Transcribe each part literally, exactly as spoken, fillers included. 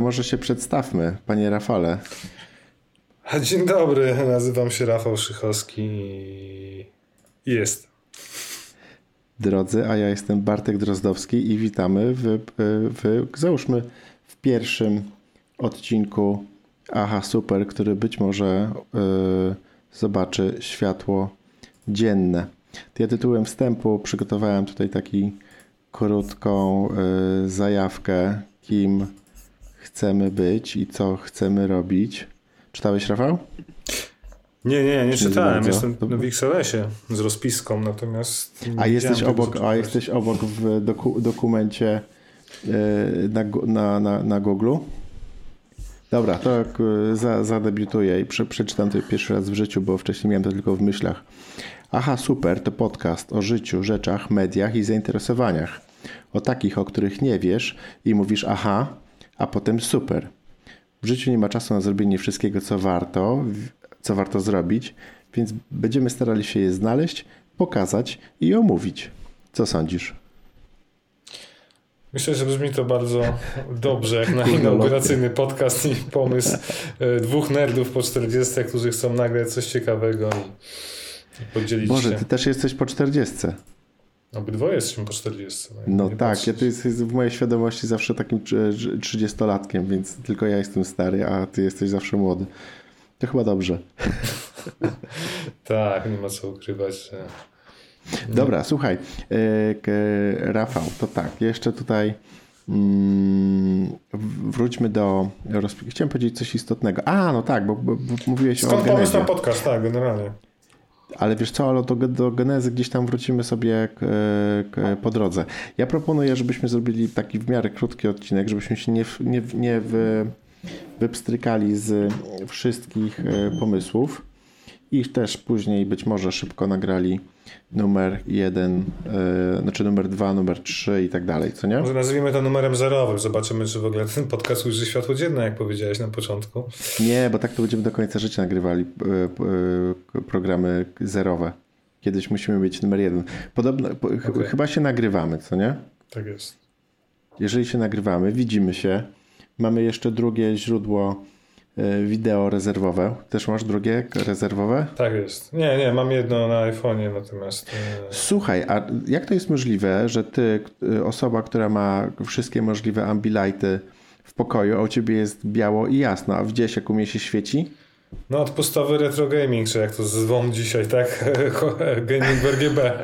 może się przedstawmy, panie Rafale. Dzień dobry, nazywam się Rafał Szychowski i jest. Drodzy, a ja jestem Bartek Drozdowski i witamy w, w, w załóżmy w pierwszym odcinku Aha Super, który być może y, zobaczy światło dzienne. Ja tytułem wstępu przygotowałem tutaj taki krótką y, zajawkę, kim chcemy być i co chcemy robić. Czytałeś, Rafał? Nie, nie, nie czytałem. Jestem w X L S-ie z rozpiską, natomiast... A jesteś obok, a jesteś obok w doku, dokumencie yy, na, na, na, na Google? Dobra, to yy, za, zadebiutuję i prze, przeczytam to pierwszy raz w życiu, bo wcześniej miałem to tylko w myślach. Aha Super to podcast o życiu, rzeczach, mediach i zainteresowaniach. O takich, o których nie wiesz i mówisz aha, a potem super. W życiu nie ma czasu na zrobienie wszystkiego, co warto, co warto zrobić, więc będziemy starali się je znaleźć, pokazać i omówić. Co sądzisz? Myślę, że brzmi to bardzo dobrze, jak na inauguracyjny podcast i pomysł dwóch nerdów po czterdziestce, którzy chcą nagrać coś ciekawego i, i podzielić Boże, się. ty też jesteś po czterdziestce. Obydwoje jesteśmy po czterdziestce. No tak, ja to jest, jest w mojej świadomości zawsze takim trzydziestolatkiem, więc tylko ja jestem stary, a ty jesteś zawsze młody. To chyba dobrze. Tak, nie ma co ukrywać. Że... Dobra, słuchaj, Rafał, to tak, jeszcze tutaj mm, wróćmy do... Chciałem powiedzieć coś istotnego. A, no tak, bo, bo, bo mówiłeś Skąd o genezie. pomysł na podcast, tak, generalnie. Ale wiesz co, ale do, do genezy gdzieś tam wrócimy sobie k, k, po drodze. Ja proponuję, żebyśmy zrobili taki w miarę krótki odcinek, żebyśmy się nie, nie, nie wy, wypstrykali z wszystkich pomysłów i też później być może szybko nagrali numer jeden, yy, znaczy numer dwa, numer trzy i tak dalej, co nie? Może nazwijmy to numerem zerowym, zobaczymy, czy w ogóle ten podcast ujrzy światło dzienne, jak powiedziałeś na początku. Nie, bo tak to będziemy do końca życia nagrywali yy, yy, programy zerowe. Kiedyś musimy mieć numer jeden. Podobno, ch- okay. Chyba się nagrywamy, co nie? Tak jest. Jeżeli się nagrywamy, widzimy się, mamy jeszcze drugie źródło wideo rezerwowe. Też masz drugie rezerwowe? Tak jest. Nie, nie, mam jedno na iPhone'ie, natomiast... Słuchaj, a jak to jest możliwe, że ty, osoba, która ma wszystkie możliwe ambilighty w pokoju, a u ciebie jest biało i jasno, a gdzieś jak u mnie się świeci? No odpustowy retro gaming, czy jak to zwą dzisiaj, tak? Gaming w R G B.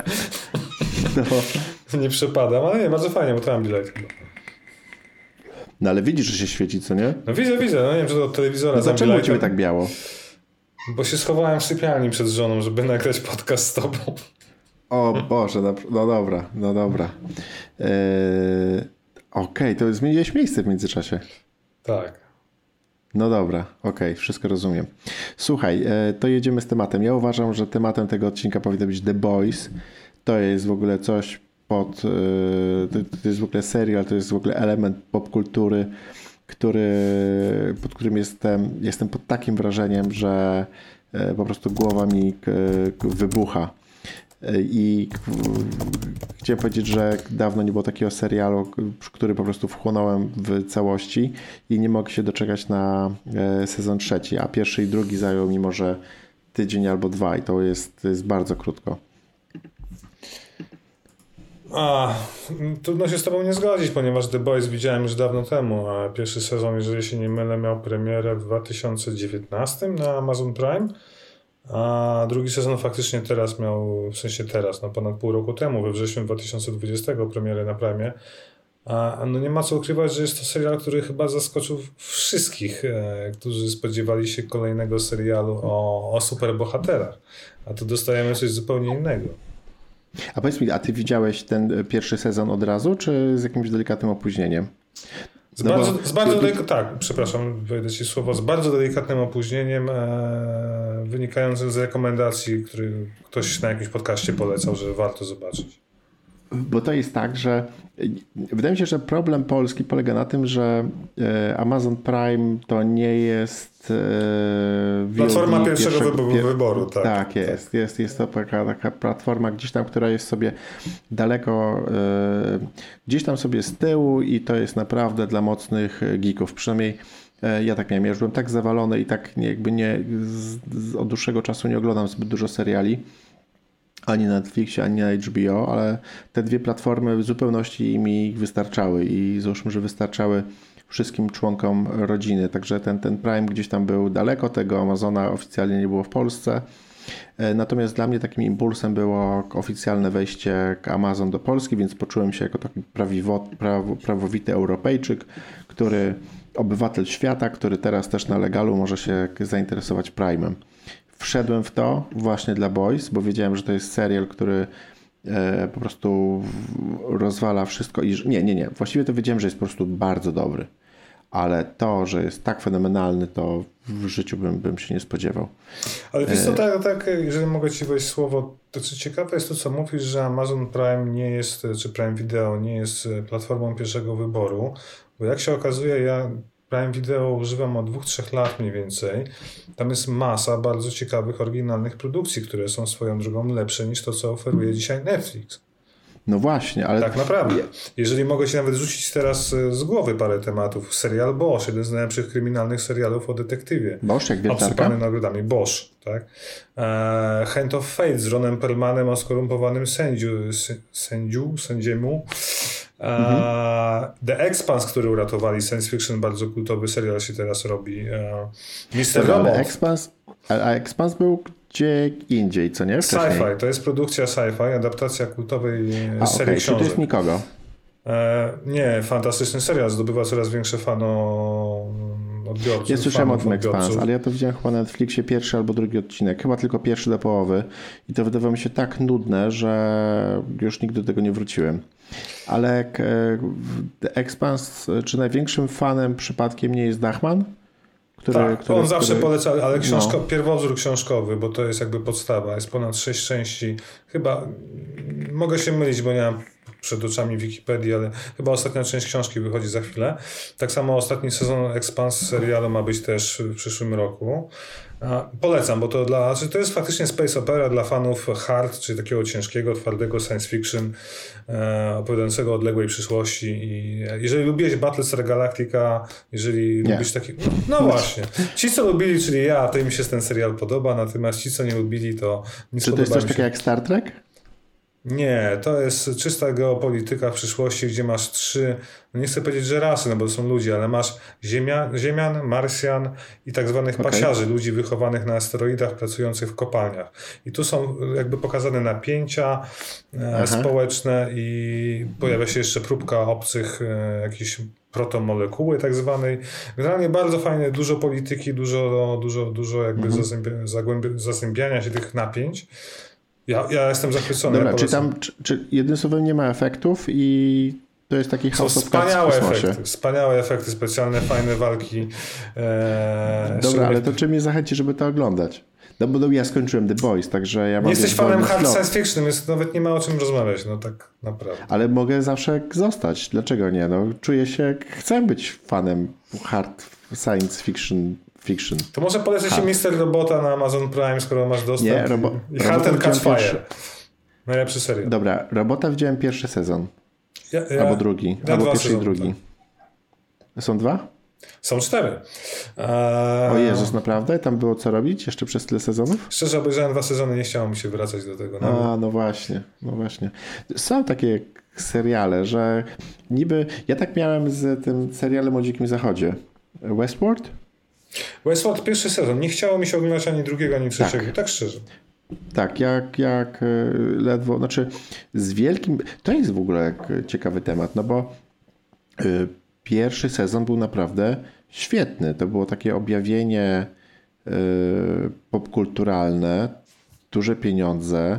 No. Nie przepadam, ale nie, bardzo fajnie, bo to ambilight chyba. No ale widzisz, że się świeci, co nie? No widzę, widzę. No nie wiem, czy to od telewizora. No dlaczego u ciebie tak biało? Bo się schowałem w sypialni przed żoną, żeby nagrać podcast z tobą. O Boże, no, no dobra, no dobra. Eee, okej, okay, to zmieniłeś miejsce w międzyczasie. Tak. No dobra, okej, okay, wszystko rozumiem. Słuchaj, e, to jedziemy z tematem. Ja uważam, że tematem tego odcinka powinno być The Boys. To jest w ogóle coś pod... To jest w ogóle serial, to jest w ogóle element popkultury, który, pod którym jestem, jestem pod takim wrażeniem, że po prostu głowa mi wybucha. I chciałem powiedzieć, że dawno nie było takiego serialu, który po prostu wchłonąłem w całości i nie mogę się doczekać na sezon trzeci, a pierwszy i drugi zajął mi może tydzień albo dwa i to jest, to jest bardzo krótko. A, trudno się z tobą nie zgodzić, ponieważ The Boys widziałem już dawno temu, a pierwszy sezon, jeżeli się nie mylę, miał premierę w dwa tysiące dziewiętnastym na Amazon Prime, a drugi sezon faktycznie teraz miał, w sensie teraz, no ponad pół roku temu, we wrześniu dwa tysiące dwudziestego premierę na Prime. A no nie ma co ukrywać, że jest to serial, który chyba zaskoczył wszystkich, e, którzy spodziewali się kolejnego serialu o, o superbohaterach, a tu dostajemy coś zupełnie innego. A powiedz mi, a ty widziałeś ten pierwszy sezon od razu, czy z jakimś delikatnym opóźnieniem? Z no bardzo, bo... z bardzo delik- tak, przepraszam, wejdę ci słowo, z bardzo delikatnym opóźnieniem e, wynikającym z rekomendacji, który ktoś na jakimś podcaście polecał, że warto zobaczyć. Bo to jest tak, że wydaje mi się, że problem Polski polega na tym, że Amazon Prime to nie jest platforma V O D pierwszego, pierwszego wyboru, pier... wyboru. Tak, tak jest. Tak. Jest, jest to taka, taka platforma gdzieś tam, która jest sobie daleko, gdzieś tam sobie z tyłu i to jest naprawdę dla mocnych geeków. Przynajmniej ja tak miałem. Ja już byłem tak zawalony i tak jakby nie z, z, od dłuższego czasu nie oglądam zbyt dużo seriali. Ani na Netflixie, ani na H B O, ale te dwie platformy w zupełności mi wystarczały i załóżmy, że wystarczały wszystkim członkom rodziny. Także ten, ten Prime gdzieś tam był daleko, tego Amazona oficjalnie nie było w Polsce. Natomiast dla mnie takim impulsem było oficjalne wejście Amazon do Polski, więc poczułem się jako taki prawiwo, prawo, prawowity Europejczyk, który obywatel świata, który teraz też na legalu może się zainteresować Prime'em. Wszedłem w to właśnie dla Boys, bo wiedziałem, że to jest serial, który e, po prostu rozwala wszystko i nie, nie, nie. Właściwie to wiedziałem, że jest po prostu bardzo dobry. Ale to, że jest tak fenomenalny, to w życiu bym, bym się nie spodziewał. Ale wiesz co, tak, tak, jeżeli mogę ci wejść słowo, to czy ciekawe jest to, co mówisz, że Amazon Prime nie jest, czy Prime Video nie jest platformą pierwszego wyboru, bo jak się okazuje, ja Prime Video używam od dwóch, trzech lat mniej więcej. Tam jest masa bardzo ciekawych, oryginalnych produkcji, które są swoją drogą lepsze niż to, co oferuje dzisiaj Netflix. No właśnie, ale... Tak naprawdę. Jeżeli mogę się nawet rzucić teraz z głowy parę tematów. Serial Bosch, jeden z najlepszych kryminalnych serialów o detektywie. Bosch jak wiertarka? Obsypany nagrodami. Bosch, tak. E, Hand of Fate z Ronem Perlmanem o skorumpowanym sędziu, sędziu, sędziemu. Mhm. The Expanse, który uratowali, science fiction, bardzo kultowy serial się teraz robi. mister Robot. Ale Expanse, a Expanse był gdzie indziej, co nie? Sci-fi, to jest produkcja sci-fi, adaptacja kultowej a, serii okay. książek. To jest nikogo. E, nie, fantastyczny serial, zdobywa coraz większe fano odbiorców. Ja słyszałem o tym Expanse, ale ja to widziałem chyba na Netflixie pierwszy albo drugi odcinek, chyba tylko pierwszy do połowy i to wydawało mi się tak nudne, że już nigdy do tego nie wróciłem. Ale The Expanse, czy największym fanem przypadkiem nie jest Dachman? Który, tak, który, on zawsze który... poleca, ale książko, no. pierwowzór książkowy, bo to jest jakby podstawa, jest ponad sześć części, chyba, mogę się mylić, bo nie mam przed oczami Wikipedii, ale chyba ostatnia część książki wychodzi za chwilę. Tak samo ostatni sezon Expanse serialu ma być też w przyszłym roku. Polecam, bo to dla, znaczy to jest faktycznie space opera dla fanów hard, czyli takiego ciężkiego, twardego science fiction e, opowiadającego o odległej przyszłości. I jeżeli lubiłeś Battlestar Galactica, jeżeli nie. lubisz taki... No właśnie. Ci, co lubili, czyli ja, to im się ten serial podoba, natomiast ci, co nie lubili, to nie Czy to jest coś takiego jak Star Trek? Nie, to jest czysta geopolityka w przyszłości, gdzie masz trzy, no nie chcę powiedzieć, że rasy, no bo to są ludzie, ale masz ziemia, Ziemian, Marsjan i tak zwanych okay. pasiarzy, ludzi wychowanych na asteroidach, pracujących w kopalniach. I tu są jakby pokazane napięcia e, społeczne i pojawia się jeszcze próbka obcych e, jakichś protomolekuły tak zwanej. Generalnie bardzo fajnie, dużo polityki, dużo, dużo, dużo jakby mhm. zazębia, zagłębia, zazębiania się tych napięć. Ja, ja jestem zachwycony. Dobra, czy tam czy, czy jednym słowem nie ma efektów i to jest taki House of Cards w kosmosie. Efekty, wspaniałe efekty specjalne, fajne walki. E, Dobra, ale to czym mnie zachęci, żeby to oglądać? No bo ja skończyłem The Boys, także ja mam... Nie jesteś fanem hard science fiction, więc nawet nie ma o czym rozmawiać, no tak naprawdę. Ale mogę zawsze zostać. Dlaczego nie? No czuję się, chcę być fanem hard science fiction. Fiction. To może polecę ci mister Robota na Amazon Prime, skoro masz dostęp. Nie, robo- I Halt and Catch Fire. Najlepszy serial. Dobra, Robota widziałem pierwszy sezon. Ja, ja, albo drugi. Ja albo pierwszy sezony, i drugi. Tak. Są dwa? Są cztery. Eee... O Jezus, naprawdę? Tam było co robić jeszcze przez tyle sezonów? Szczerze obejrzałem dwa sezony, nie chciało mi się wracać do tego. Nawet. A, no właśnie, no właśnie. Są takie seriale, że niby... Ja tak miałem z tym serialem o Dzikim Zachodzie. Westworld? Westworld pierwszy sezon. Nie chciało mi się oglądać ani drugiego, ani trzeciego. Tak, tak szczerze. Tak, jak, jak ledwo... Znaczy z wielkim... To jest w ogóle ciekawy temat, no bo y, pierwszy sezon był naprawdę świetny. To było takie objawienie y, popkulturalne, duże pieniądze.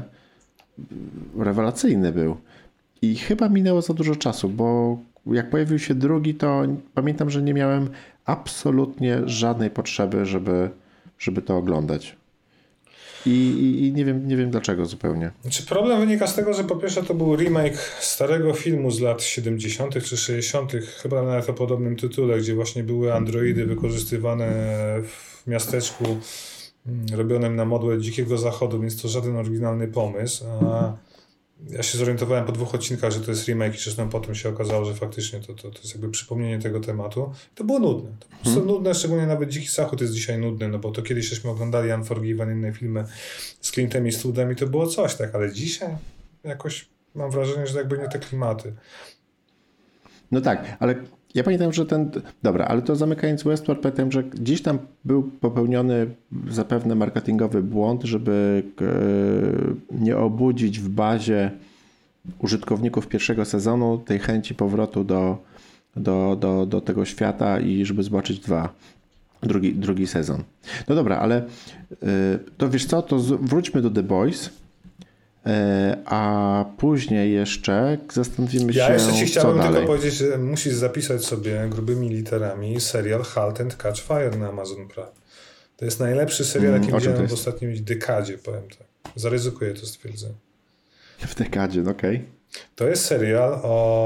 Rewelacyjny był. I chyba minęło za dużo czasu, bo jak pojawił się drugi, to pamiętam, że nie miałem absolutnie żadnej potrzeby, żeby, żeby to oglądać. I, i, i nie wiem, nie wiem dlaczego zupełnie. Znaczy problem wynika z tego, że po pierwsze to był remake starego filmu z lat siedemdziesiątych czy sześćdziesiątych, chyba nawet o podobnym tytule, gdzie właśnie były androidy wykorzystywane w miasteczku robionym na modłę Dzikiego Zachodu, więc to żaden oryginalny pomysł. A ja się zorientowałem po dwóch odcinkach, że to jest remake i zresztą potem się okazało, że faktycznie to, to, to jest jakby przypomnienie tego tematu. To było nudne. To po prostu hmm. nudne, szczególnie nawet Dziki Zachód jest dzisiaj nudny, no bo to kiedyś żeśmy oglądali Unforgiven, inne filmy z Clintem Eastwoodem i to było coś, tak, ale dzisiaj jakoś mam wrażenie, że jakby nie te klimaty. No tak, ale ja pamiętam, że ten... Dobra, ale to zamykając Westworld, pamiętam, że gdzieś tam był popełniony zapewne marketingowy błąd, żeby nie obudzić w bazie użytkowników pierwszego sezonu tej chęci powrotu do, do, do, do tego świata i żeby zobaczyć dwa, drugi, drugi sezon. No dobra, ale to wiesz co, to wróćmy do The Boys. A później jeszcze zastanowimy się, ja jeszcze ci chciałbym co tylko dalej. powiedzieć, że musisz zapisać sobie grubymi literami serial Halt and Catch Fire na Amazon Prime. To jest najlepszy serial, jaki mm, widziałem w ostatniej dekadzie, powiem tak. Zaryzykuję to stwierdzenie. W dekadzie, no okej. Okay. To jest serial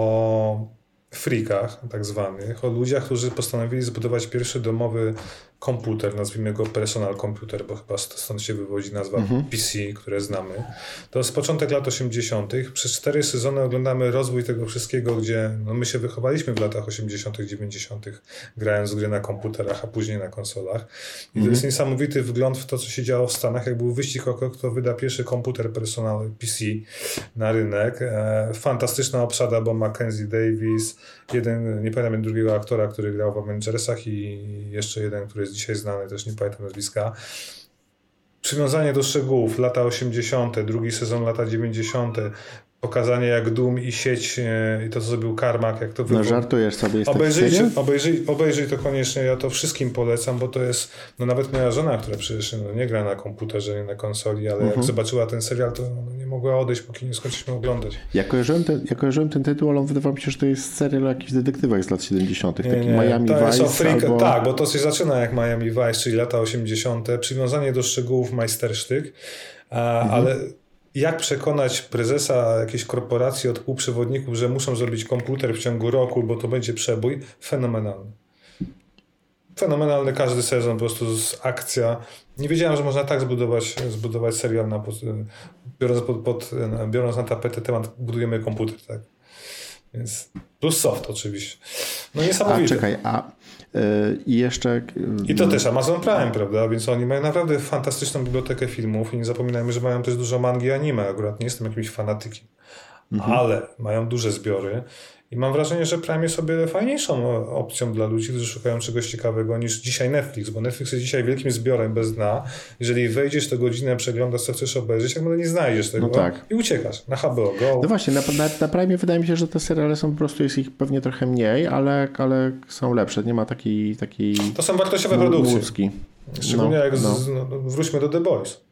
o freakach tak zwanych, o ludziach, którzy postanowili zbudować pierwszy domowy komputer, nazwijmy go personal computer, bo chyba stąd się wywodzi nazwa mhm. P C, które znamy. To jest początek lat osiemdziesiątych. Przez cztery sezony oglądamy rozwój tego wszystkiego, gdzie no my się wychowaliśmy w latach osiemdziesiątych, dziewięćdziesiątych, grając w gry na komputerach, a później na konsolach. I mhm. to jest niesamowity wgląd w to, co się działo w Stanach, jak był wyścig o to, kto wyda pierwszy komputer personal P C na rynek. E, fantastyczna obsada, bo Mackenzie Davis, jeden, nie pamiętam drugiego aktora, który grał w Avengersach i jeszcze jeden, który jest dzisiaj znany, też nie pamiętam nazwiska. Przywiązanie do szczegółów, lata osiemdziesiąte, drugi sezon lata dziewięćdziesiąte, pokazanie jak Doom i sieć e, i to, co zrobił Carmack, jak to wygląda. No żartujesz sobie, jest obejrzyjcie, obejrzyj, obejrzyj to koniecznie, ja to wszystkim polecam, bo to jest, no nawet moja żona, która przecież no, nie gra na komputerze, nie na konsoli, ale uh-huh. jak zobaczyła ten serial, to no, nie mogła odejść, póki nie skończyliśmy oglądać. Ja kojarzyłem, ten, ja kojarzyłem ten tytuł, ale on wydawał mi się, że to jest serial o jakichś detektywach z lat siedemdziesiątych. Nie, Taki nie, Miami to Vice jest o freak, albo... Tak, bo to się zaczyna jak Miami Vice, czyli lata osiemdziesiąte. Przywiązanie do szczegółów, majstersztyk, a, mhm. ale jak przekonać prezesa jakiejś korporacji od półprzewodników, że muszą zrobić komputer w ciągu roku, bo to będzie przebój? Fenomenalny. Fenomenalny każdy sezon, po prostu z akcja. Nie wiedziałem, że można tak zbudować, zbudować serial, na, biorąc, pod, pod, biorąc na tapetę temat, budujemy komputer, tak. Więc plus soft oczywiście. No niesamowite. A czekaj, a i yy, jeszcze... Yy, I to też Amazon Prime, prawda? Więc oni mają naprawdę fantastyczną bibliotekę filmów i nie zapominajmy, że mają też dużo mangi i anime. Akurat nie jestem jakimś fanatykiem. Mhm. Ale mają duże zbiory i mam wrażenie, że Prime jest sobie fajniejszą opcją dla ludzi, którzy szukają czegoś ciekawego niż dzisiaj Netflix, bo Netflix jest dzisiaj wielkim zbiorem bez dna. Jeżeli wejdziesz to godzinę, przeglądasz, co chcesz obejrzeć, jak nie znajdziesz tego no tak. i uciekasz na H B O Go. No właśnie, na, na, na Prime wydaje mi się, że te seriale są po prostu, jest ich pewnie trochę mniej, ale, ale są lepsze. Nie ma takiej... takiej to są wartościowe produkcje. Łódzki. Szczególnie no, jak no. Z, no, wróćmy do The Boys.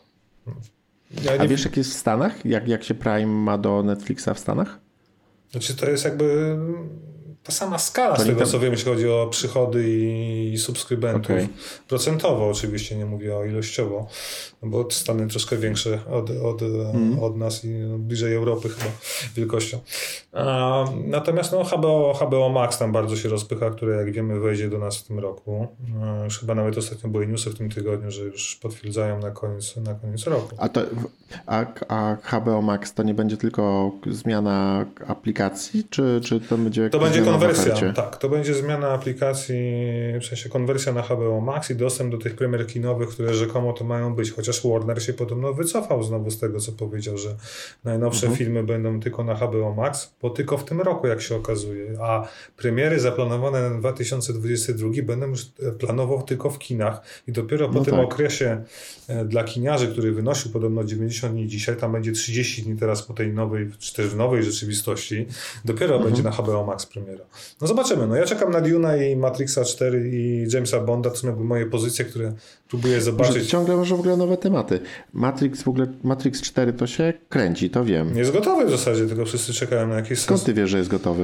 Ja A nie... wiesz, jak jest w Stanach? Jak, jak się Prime ma do Netflixa w Stanach? Znaczy to jest jakby ta sama skala to z tego, tam... co wiem, jeśli chodzi o przychody i, i subskrybentów. Okay. Procentowo oczywiście, nie mówię o ilościowo, no bo Stany troszkę większe od, od, mm. od nas i no, bliżej Europy chyba wielkością. A, natomiast no, H B O, H B O Max tam bardzo się rozpycha, które jak wiemy wejdzie do nas w tym roku. A, już chyba nawet ostatnio były newsy w tym tygodniu, że już potwierdzają na koniec, na koniec roku. A, to, a, a H B O Max to nie będzie tylko zmiana aplikacji, czy, czy to będzie... To będzie konwersja, tak. To będzie zmiana aplikacji, w sensie konwersja na H B O Max i dostęp do tych premier kinowych, które rzekomo to mają być. Chociaż Warner się podobno wycofał znowu z tego, co powiedział, że najnowsze mhm. filmy będą tylko na H B O Max, bo tylko w tym roku, jak się okazuje. A premiery zaplanowane na dwa tysiące dwudziesty drugi będą już planował tylko w kinach i dopiero po no tym tak. okresie dla kiniarzy, który wynosił podobno dziewięćdziesiąt dni dzisiaj, tam będzie trzydzieści dni teraz po tej nowej, czy też w nowej rzeczywistości, dopiero mhm. będzie na H B O Max premiera. No zobaczymy. No ja czekam na Dune'a i Matrixa cztery i Jamesa Bonda, to są jakby moje pozycje, które próbuję zobaczyć. Może ciągle może w ogóle nowe tematy. Matrix w ogóle, Matrix cztery to się kręci, to wiem. Jest gotowy w zasadzie, tylko wszyscy czekają na jakieś... Skąd ty wiesz, że jest gotowy?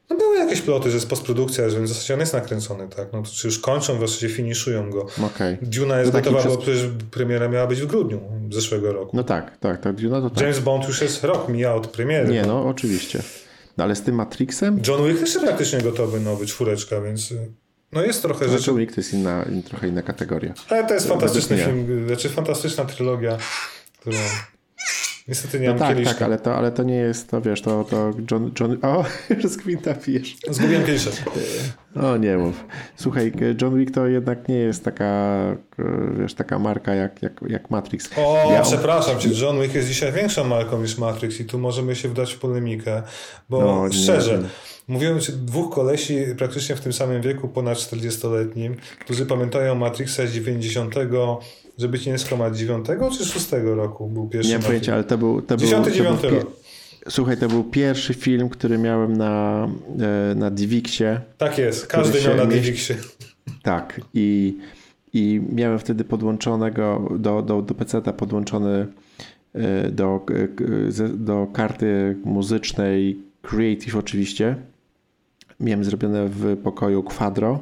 No były jakieś ploty, że jest postprodukcja, że w zasadzie on jest nakręcony, tak? No to czy już kończą, w zasadzie finiszują go. Okay. Duna jest gotowa, przez... bo przecież premiera miała być w grudniu zeszłego roku. No tak, tak, tak. Duna to tak. James Bond już jest rok, mija od premiery. Nie, no oczywiście. No ale z tym Matrixem? John Wick też jest praktycznie gotowy, nowy, czwóreczka, więc no jest trochę rzeczy. John Wick to jest inna, trochę inna kategoria. Ale to jest fantastyczny film, znaczy fantastyczna trylogia, którą niestety nie no mam tak, kieliszka. tak, ale to, ale to nie jest, to wiesz, to, to John, John... O, z kwinta pijesz. Zgubiłem kieliszek. O, nie mów. Słuchaj, John Wick to jednak nie jest taka, wiesz, taka marka jak, jak, jak Matrix. O, ja... przepraszam cię, John Wick jest dzisiaj większą marką niż Matrix i tu możemy się wdać w polemikę, bo no, szczerze, nie, nie. mówiłem ci dwóch kolesi praktycznie w tym samym wieku, ponad czterdziestoletnim, którzy pamiętają Matrixa z dziewięćdziesiątego, żeby ci nie skłamać, dziewiątego czy szóstego roku był pierwszy. Nie mam pojęcia, ale to był... To dziesiąty, dziewiąty był, rok. Słuchaj, to był pierwszy film, który miałem na, na Divixie. Tak jest, każdy miał na Divixie. Tak, i, i miałem wtedy podłączonego do, do, do peceta podłączony do, do karty muzycznej Creative oczywiście. Miałem zrobione w pokoju Quadro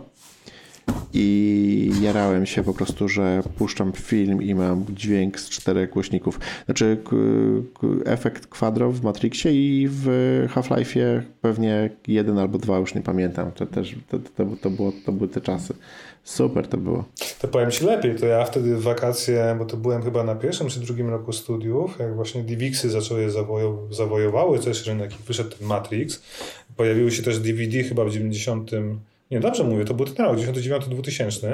i jarałem się po prostu, że puszczam film i mam dźwięk z czterech głośników. Znaczy efekt Quadro w Matrixie i w Half-Life'ie pewnie jeden albo dwa, już nie pamiętam. To też to, to, to, było, to były te czasy. Super to było. To powiem ci lepiej, to ja wtedy w wakacje, bo to byłem chyba na pierwszym czy drugim roku studiów, jak właśnie Divixy zaczęły zawojow- zawojowały też rynek i wyszedł ten Matrix. Pojawiły się też D V D chyba w dziewięćdziesiątym Nie, dobrze mówię, to był ten rok, dziewięćdziesiąty dziewiąty dwutysięczny.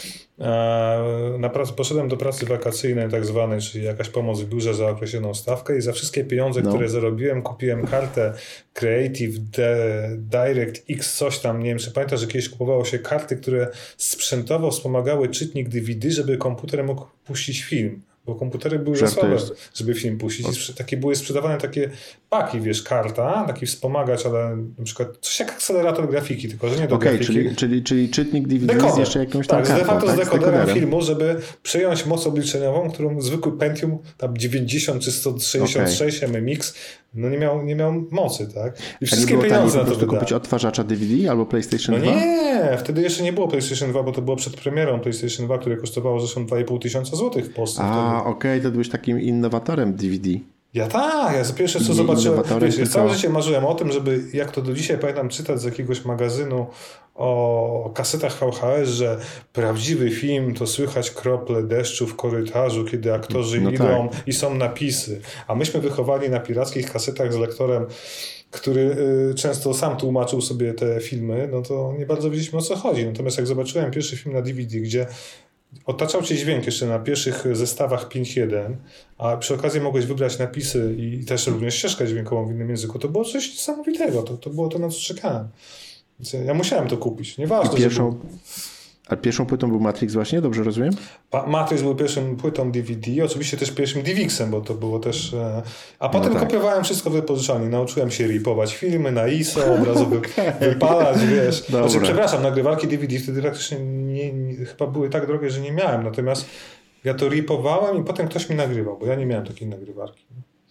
Na pracy, poszedłem do pracy wakacyjnej tak zwanej, czyli jakaś pomoc w biurze za określoną stawkę i za wszystkie pieniądze, no. które zarobiłem, kupiłem kartę Creative Direct X coś tam, nie wiem czy pamiętasz, że kiedyś kupowało się karty, które sprzętowo wspomagały czytnik D V D, żeby komputer mógł puścić film. Bo komputery były za słabe, żeby film puścić. I takie były sprzedawane takie paki, wiesz, karta, taki wspomagacz, ale na przykład coś jak akcelerator grafiki, tylko że nie do okay, grafiki. Czyli, czyli, czyli czytnik D V D z jeszcze jakąś tam tak, kartą. de facto tak, z dekoderem, z dekoderem filmu, filmu, żeby przejąć moc obliczeniową, którą zwykły Pentium, tam dziewięćdziesiąt czy sto sześćdziesiąt sześć okay. M M X, no nie miał, nie miał mocy, tak? I wszystkie pieniądze na to wydałem. Kupić odtwarzacza D V D albo PlayStation no dwa? Nie, wtedy jeszcze nie było PlayStation dwa, bo to było przed premierą PlayStation dwa, które kosztowało zresztą dwa i pół tysiąca złotych w Polsce. A, okej, okay, to byłeś takim innowatorem D V D. Ja tak, ja pierwsze co nie zobaczyłem, wiesz, tylko... całe życie marzyłem o tym, żeby, jak to do dzisiaj pamiętam, czytać z jakiegoś magazynu o kasetach V H S, że prawdziwy film to słychać krople deszczu w korytarzu, kiedy aktorzy no idą tak. i są napisy. A myśmy wychowani na pirackich kasetach z lektorem, który y, często sam tłumaczył sobie te filmy, no to nie bardzo wiedzieliśmy o co chodzi. Natomiast jak zobaczyłem pierwszy film na D V D, gdzie otaczał cię dźwięk jeszcze na pierwszych zestawach pięć jeden, a przy okazji mogłeś wybrać napisy i też również ścieżkę dźwiękową w innym języku. To było coś niesamowitego. To, to było to, na co czekałem. Więc ja musiałem to kupić. Nieważne, pierwszą, że był... A pierwszą płytą był Matrix właśnie? Dobrze rozumiem? Matrix był pierwszą płytą D V D, oczywiście też pierwszym Divixem, bo to było też... A potem no tak. kopiowałem wszystko w wypożyczalni. Nauczyłem się ripować filmy na I S O, od razu wy, wypalać, wiesz. Znaczy, przepraszam, nagrywarki D V D wtedy praktycznie nie, nie, chyba były tak drogie, że nie miałem. Natomiast ja to ripowałem i potem ktoś mi nagrywał, bo ja nie miałem takiej nagrywarki.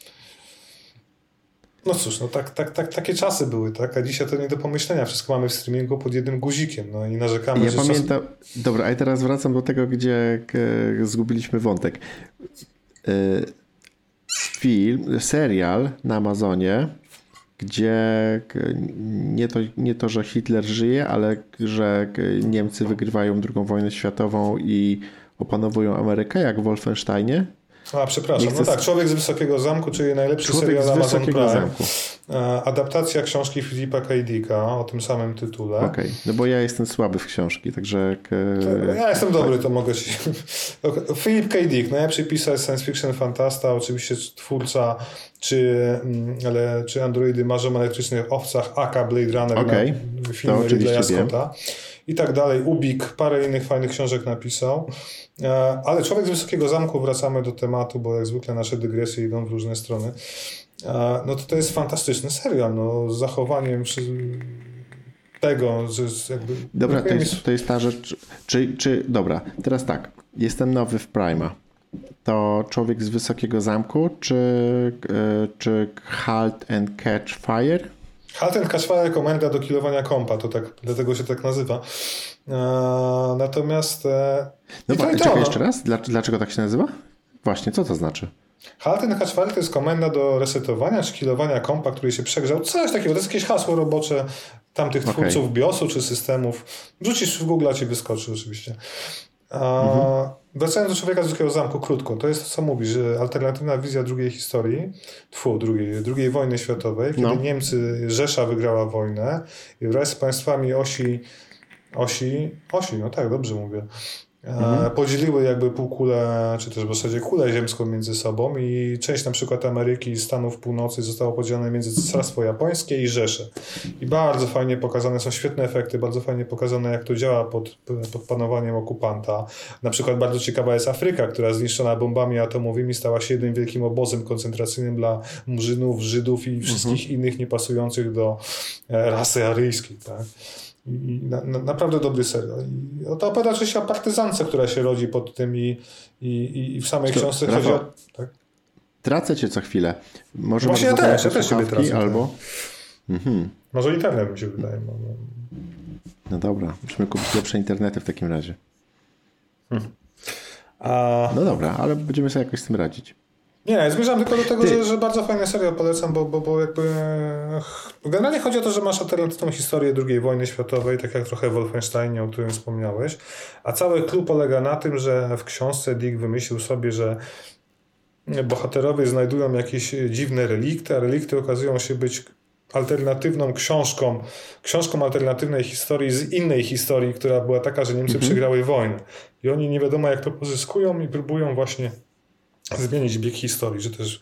No cóż, no tak, tak, tak, takie czasy były, tak? A dzisiaj to nie do pomyślenia. Wszystko mamy w streamingu pod jednym guzikiem, no i narzekamy, ja że... pamiętam... Czas... Dobra, a teraz wracam do tego, gdzie e, zgubiliśmy wątek. E, film, serial na Amazonie, gdzie nie to, nie to, że Hitler żyje, ale że Niemcy wygrywają drugą wojnę światową i opanowują Amerykę, jak w Wolfensteinie. A, przepraszam, no tak, Człowiek z Wysokiego Zamku, czyli najlepszy Człowiek serial z Amazon Prime. Zamku. Adaptacja książki Filipa K. Dicka o tym samym tytule. Okej, okay. No bo ja jestem słaby w książki, także... Jak... Ja jestem dobry, to mogę ci... Philip K. Dick, najlepszy pisarz science fiction fantasta, oczywiście twórca czy, ale, czy Androidy marzą o elektrycznych owcach, aka Blade Runner, okay. na filmy Ridleya Scotta i tak dalej. Ubik, parę innych fajnych książek napisał. Ale Człowiek z Wysokiego Zamku, wracamy do tematu, bo jak zwykle nasze dygresje idą w różne strony. No to to jest fantastyczny serial, no z zachowaniem tego, że jakby... Dobra, to jest, to jest ta rzecz, czy, czy, dobra, teraz tak, jestem nowy w Prime'a. To Człowiek z Wysokiego Zamku, czy, czy Halt and Catch Fire? Halt and Catch Fire, komenda do killowania kompa, to tak, dlatego się tak nazywa. E, natomiast... E, no to, czekaj to, jeszcze raz, dlaczego tak się nazywa? Właśnie, co to znaczy? Halt and Catch Fire to jest komenda do resetowania czy killowania kompa, który się przegrzał. Coś takiego, to jest jakieś hasło robocze tamtych okay. twórców biosu czy systemów. Wrzucisz w Google, a ci wyskoczy oczywiście. A, mhm. Wracając do Człowieka z Wielkiego Zamku krótko, to jest to, co mówisz, że alternatywna wizja drugiej historii, tfu, drugiej, drugiej wojny światowej, kiedy no. Niemcy, Rzesza wygrała wojnę i wraz z państwami osi, osi, osi, no tak, dobrze mówię, mhm. podzieliły jakby półkulę, czy też w zasadzie kulę ziemską między sobą i część na przykład Ameryki i Stanów Północy została podzielona między Cesarstwo Japońskie i Rzeszę. I bardzo fajnie pokazane, są świetne efekty, bardzo fajnie pokazane, jak to działa pod, pod panowaniem okupanta. Na przykład bardzo ciekawa jest Afryka, która zniszczona bombami atomowymi stała się jednym wielkim obozem koncentracyjnym dla Murzynów, Żydów i wszystkich mhm. innych niepasujących do rasy aryjskiej, tak? I na, na, naprawdę dobry serial. I to opowiada oczywiście o partyzance, która się rodzi pod tym i, i, i w samej Stop, książce Rafał, chodzi o... Tak? Tracę cię co chwilę. Może właśnie ja też, ja też ciebie tracę. Albo... Mhm. Może internet mi się wydaje. No, no. no dobra, musimy kupić lepsze internety w takim razie. Hmm. A... No dobra, ale będziemy sobie jakoś z tym radzić. Nie, zmierzam tylko do tego, że, że bardzo fajny serial polecam, bo, bo, bo jakby generalnie chodzi o to, że masz alternatywną historię drugiej wojny światowej, tak jak trochę w Wolfensteinie, o którym wspomniałeś, a cały clue polega na tym, że w książce Dick wymyślił sobie, że bohaterowie znajdują jakieś dziwne relikty, a relikty okazują się być alternatywną książką, książką alternatywnej historii z innej historii, która była taka, że Niemcy mhm. przegrały wojnę. I oni nie wiadomo jak to pozyskują i próbują właśnie zmienić bieg historii, że też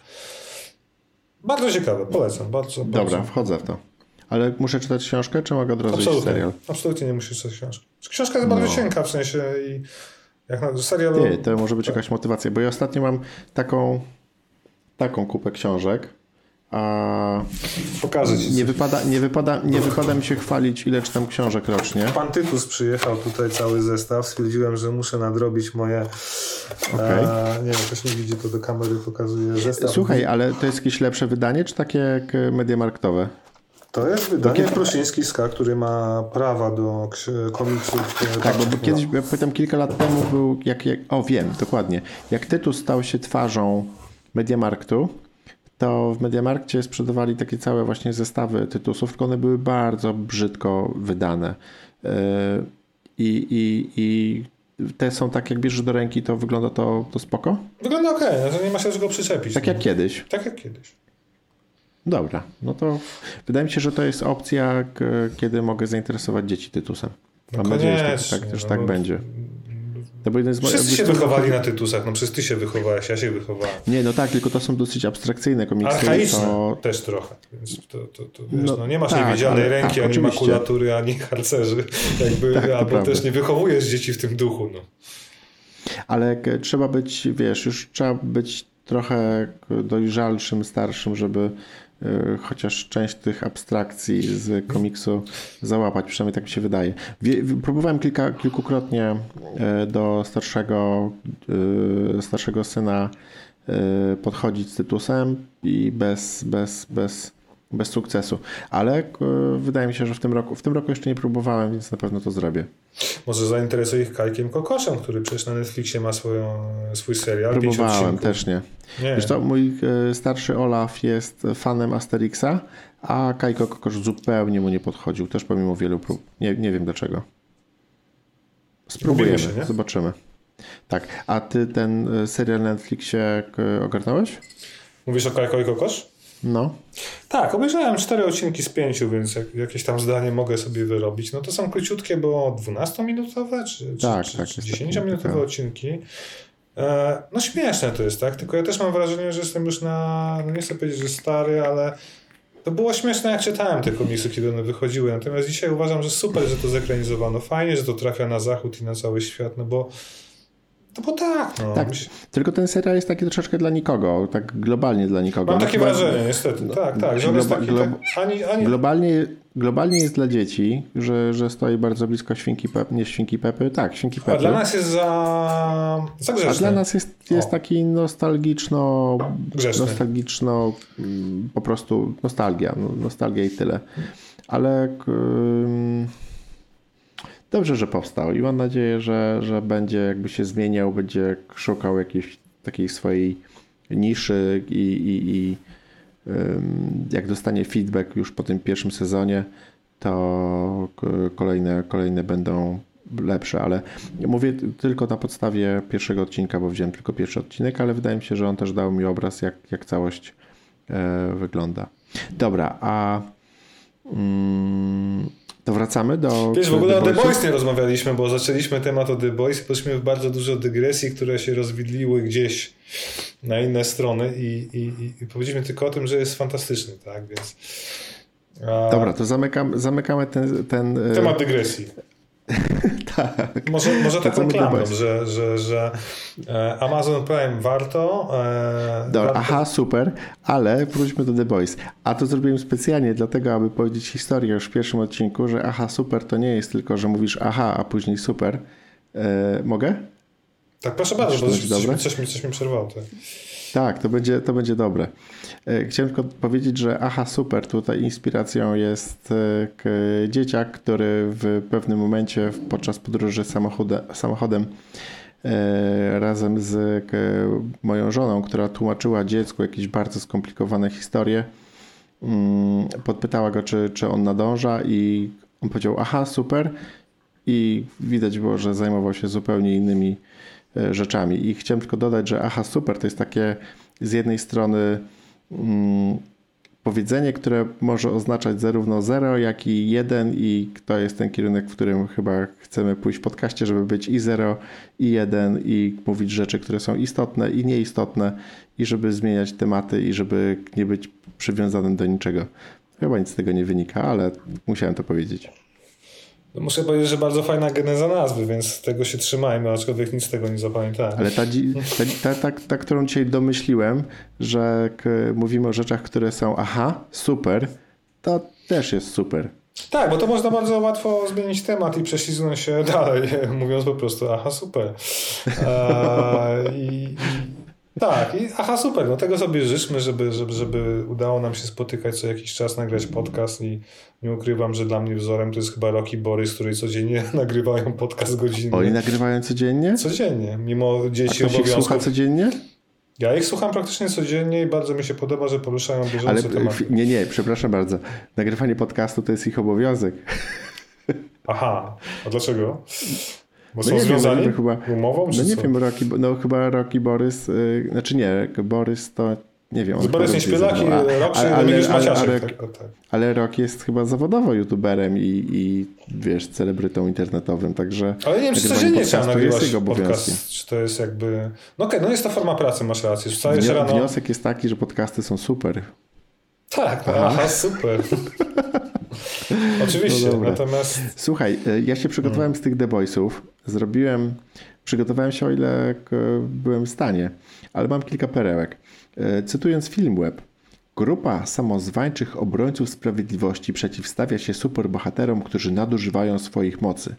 bardzo ciekawe, polecam. Bardzo, Dobra, bardzo. wchodzę w to. Ale muszę czytać książkę, czy mogę od razu iść serial? Absolutnie nie musisz czytać książki. Książka jest bardzo no. cienka, w sensie i jak na serial... Ty, to może być jakaś motywacja, bo ja ostatnio mam taką taką kupę książek, a pokażę ci nie wypada, nie, wypada, nie wypada mi się chwalić, ile czytam książek rocznie. Pan Tytus przyjechał tutaj cały zestaw. Stwierdziłem, że muszę nadrobić moje... Okay. A, nie wiem, ktoś nie widzi, to do kamery pokazuje zestaw. Słuchaj, ale to jest jakieś lepsze wydanie, czy takie jak Mediamarktowe? To jest wydanie kiedy... Pruszyński Ska, który ma prawa do komiksów. Tak, bo kiedyś, ja pamiętam, kilka lat temu był, jak, jak, o wiem, dokładnie, jak Tytus stał się twarzą Mediamarktu, to w Mediamarkcie sprzedawali takie całe właśnie zestawy Tytusów, tylko one były bardzo brzydko wydane. Yy, i, i, i te są tak, jak bierzesz do ręki, to wygląda to, to spoko? Wygląda okej, okay, że nie ma się czego przyczepić. Tak no. jak kiedyś. Tak jak kiedyś. Dobra, no to wydaje mi się, że to jest opcja, kiedy mogę zainteresować dzieci Tytusem. Mam no nadzieję, że tak, że tak no, będzie. To był z Wszyscy się wychowali na Tytusach, no przecież ty się wychowałeś, ja się wychowałem. Nie, no tak, tylko to są dosyć abstrakcyjne komiksy. Archaiczne to... też trochę, więc to, to, to wiesz, no, no nie masz tak, niewidzialnej ale, ręki, tak, ani oczywiście. makulatury, ani harcerzy, jakby, tak, albo prawda. też nie wychowujesz dzieci w tym duchu. No. Ale trzeba być, wiesz, już trzeba być trochę dojrzalszym, starszym, żeby y, chociaż część tych abstrakcji z komiksu załapać, przynajmniej tak mi się wydaje. Wie, próbowałem kilka, kilkukrotnie y, do starszego, y, starszego syna y, podchodzić z Tytusem i bez, bez, bez, bez sukcesu. Ale y, wydaje mi się, że w tym roku, w tym roku jeszcze nie próbowałem, więc na pewno to zrobię. Może zainteresuj ich Kajkiem Kokoszem, który przecież na Netflixie ma swoją, swój serial. Próbowałem, też nie. nie. Wiesz co, mój y, starszy Olaf jest fanem Asterixa, a Kajko Kokosz zupełnie mu nie podchodził, też pomimo wielu prób. Nie, nie wiem dlaczego. Spróbujemy, się, zobaczymy. Tak, a ty ten serial na Netflixie ogarnąłeś? Mówisz o Kajko i Kokosz? No. Tak, obejrzałem cztery odcinki z pięciu, więc jak, jakieś tam zdanie mogę sobie wyrobić. No to są króciutkie, bo dwunastominutowe czy, tak, czy, tak, czy dziesięciominutowe tak. odcinki. E, no śmieszne to jest, tak? Tylko ja też mam wrażenie, że jestem już na, no nie chcę powiedzieć, że stary, ale to było śmieszne, jak czytałem te komiksy, kiedy one wychodziły. Natomiast dzisiaj uważam, że super, że to zekranizowano. Fajnie, że to trafia na zachód i na cały świat, no bo No bo tak, no. Tak, tylko ten serial jest taki troszeczkę dla nikogo, tak globalnie dla nikogo. Mam takie no, wrażenie, niestety. No, tak, tak, że on jest taki, glo- tak, ani, ani... Globalnie, globalnie jest dla dzieci, że, że stoi bardzo blisko Świnki Pepy, nie Świnki Pepy, tak, Świnki Pepy. A dla nas jest za, za grzeczny. A dla nas jest, jest taki nostalgiczno, Grzeczny. nostalgiczno, po prostu nostalgia, no, nostalgia i tyle. Ale um, dobrze, że powstał i mam nadzieję, że, że będzie jakby się zmieniał, będzie szukał jakiejś takiej swojej niszy i, i, i um, jak dostanie feedback już po tym pierwszym sezonie, to kolejne, kolejne będą lepsze, ale mówię tylko na podstawie pierwszego odcinka, bo wziąłem tylko pierwszy odcinek, ale wydaje mi się, że on też dał mi obraz, jak, jak całość e, wygląda. Dobra, a mm, to wracamy do... Wiesz, w ogóle o The Boys nie rozmawialiśmy, bo zaczęliśmy temat o The Boys i poszliśmy w bardzo dużo dygresji, które się rozwidliły gdzieś na inne strony i, i, i, i powiedzieliśmy tylko o tym, że jest fantastyczny, tak, więc... A... Dobra, to zamykam, zamykamy ten... ten temat dygresji. Tak. Może, może taką klamrą, że, że, że Amazon Prime warto. E, Dobra, warto... aha, super, ale wróćmy do The Boys. A to zrobiłem specjalnie dlatego, aby powiedzieć historię już w pierwszym odcinku, że aha, super to nie jest tylko, że mówisz aha, a później super. E, mogę? Tak, proszę bardzo, bo coś, coś, coś, mi, coś mi przerwało. Tak. Tak, to będzie, to będzie dobre. Chciałem tylko powiedzieć, że aha, super, tutaj inspiracją jest dzieciak, który w pewnym momencie podczas podróży samochodem, samochodem razem z moją żoną, która tłumaczyła dziecku jakieś bardzo skomplikowane historie, podpytała go, czy, czy on nadąża i on powiedział aha, super i widać było, że zajmował się zupełnie innymi rzeczami. I chciałem tylko dodać, że aha, super, to jest takie z jednej strony mm, powiedzenie, które może oznaczać zarówno zero, jak i jeden i to jest ten kierunek, w którym chyba chcemy pójść w podcaście, żeby być i zero, i jeden i mówić rzeczy, które są istotne i nieistotne i żeby zmieniać tematy i żeby nie być przywiązanym do niczego. Chyba nic z tego nie wynika, ale musiałem to powiedzieć. Muszę powiedzieć, że bardzo fajna geneza nazwy, więc tego się trzymajmy, aczkolwiek nic z tego nie zapamiętałem. Ale ta, ta, ta, ta, ta którą dzisiaj domyśliłem, że k- mówimy o rzeczach, które są aha, super, to też jest super. Tak, bo to można bardzo łatwo zmienić temat i prześlizgnąć się dalej, mówiąc po prostu aha, super. E, i, i, tak, i aha, super, no tego sobie życzmy, żeby, żeby, żeby udało nam się spotykać co jakiś czas, nagrać podcast i nie ukrywam, że dla mnie wzorem to jest chyba Rocky Borys, którzy codziennie nagrywają podcast godzinny. Oni nagrywają codziennie? Codziennie, mimo dzieci, A ktoś obowiązków. ich słucha codziennie? Ja ich słucham praktycznie codziennie i bardzo mi się podoba, że poruszają bieżące Ale tematy. nie, nie, przepraszam bardzo. Nagrywanie podcastu to jest ich obowiązek. Aha, a dlaczego? Bo No są nie związani wiem, chyba, umową, czy No nie co? wiem, Rocky, no chyba Rocky Borys, yy, znaczy nie, Borys to nie wiem. On Borys nie śpiewaki, Rock czy Remigiusz Maciaszek. Tak, tak. Ale Rocky jest chyba zawodowo youtuberem i, i wiesz, celebrytą internetowym, także... Ale nie wiem, czy codziennie trzeba nagrywać podcast, podcast, czy to jest jakby... No okej, okay, no jest to forma pracy, masz rację. Wstajesz Wnio- rano... Wniosek jest taki, że podcasty są super. Tak, aha, aha super. Oczywiście, no natomiast... Słuchaj, ja się przygotowałem z tych The Boysów, zrobiłem, przygotowałem się o ile byłem w stanie, ale mam kilka perełek. Cytując Filmweb, grupa samozwańczych obrońców sprawiedliwości przeciwstawia się superbohaterom, którzy nadużywają swoich mocy.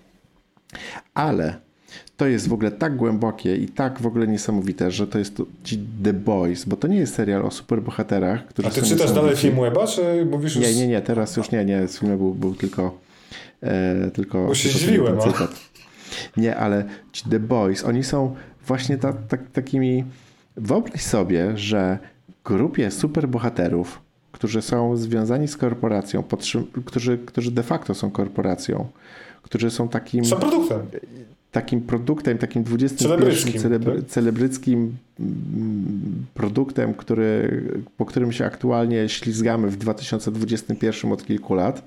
Ale to jest w ogóle tak głębokie i tak w ogóle niesamowite, że to jest to, ci The Boys, bo to nie jest serial o superbohaterach, którzy A ty są czytasz dalej Filmweba, czy mówisz już... Nie, nie, nie, teraz już nie, nie, z filmu był, był tylko e, tylko... Bo się tylko zdziwiłem, ten cytat. Nie, ale ci The Boys, oni są właśnie ta, ta, takimi... Wyobraź sobie, że grupie superbohaterów, którzy są związani z korporacją, podtrzym- którzy, którzy de facto są korporacją, którzy są takim... Są produktem. Takim produktem, takim dwudziestym pierwszym celebry- tak? celebryckim produktem, który, po którym się aktualnie ślizgamy w dwa tysiące dwudziestym pierwszym od kilku lat.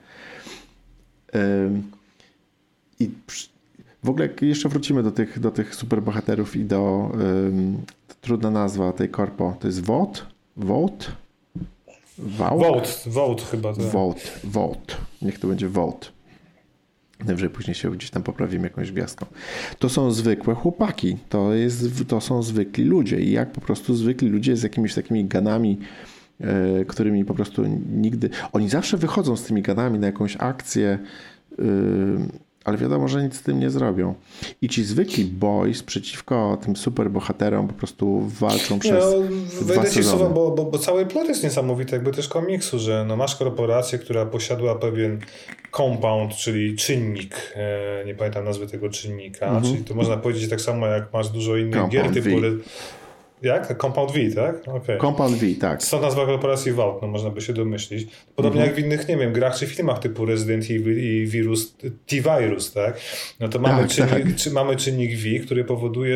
I w ogóle jeszcze wrócimy do tych, do tych superbohaterów i do trudna nazwa tej korpo. To jest Vote? Vote? Vote, Vote chyba. Tak. Vote, Vote. Niech to będzie Vote. Najwyżej później się gdzieś tam poprawimy jakąś gwiazdką. To są zwykłe chłopaki, to, jest, to są zwykli ludzie i jak po prostu zwykli ludzie z jakimiś takimi ganami, yy, którymi po prostu nigdy... Oni zawsze wychodzą z tymi ganami na jakąś akcję, yy, ale wiadomo, że nic z tym nie zrobią. I ci zwykli boys przeciwko tym superbohaterom po prostu walczą przez no, dwa ci sezony. słowa, bo, bo, bo cały plot jest niesamowity, jakby też komiksu, że no masz korporację, która posiadła pewien compound, czyli czynnik, e, nie pamiętam nazwy tego czynnika, mhm. czyli to można powiedzieć tak samo jak masz dużo innych Compound gier typu... V. Jak? Compound V, tak? Okay. Compound V, tak. Stąd nazwa korporacji Vault, no można by się domyślić. Podobnie mhm. jak w innych, nie wiem, grach czy filmach typu Resident Evil i wirus, T-Virus, tak? No to mamy, tak, czynnik, tak. Czy, mamy czynnik V, który powoduje,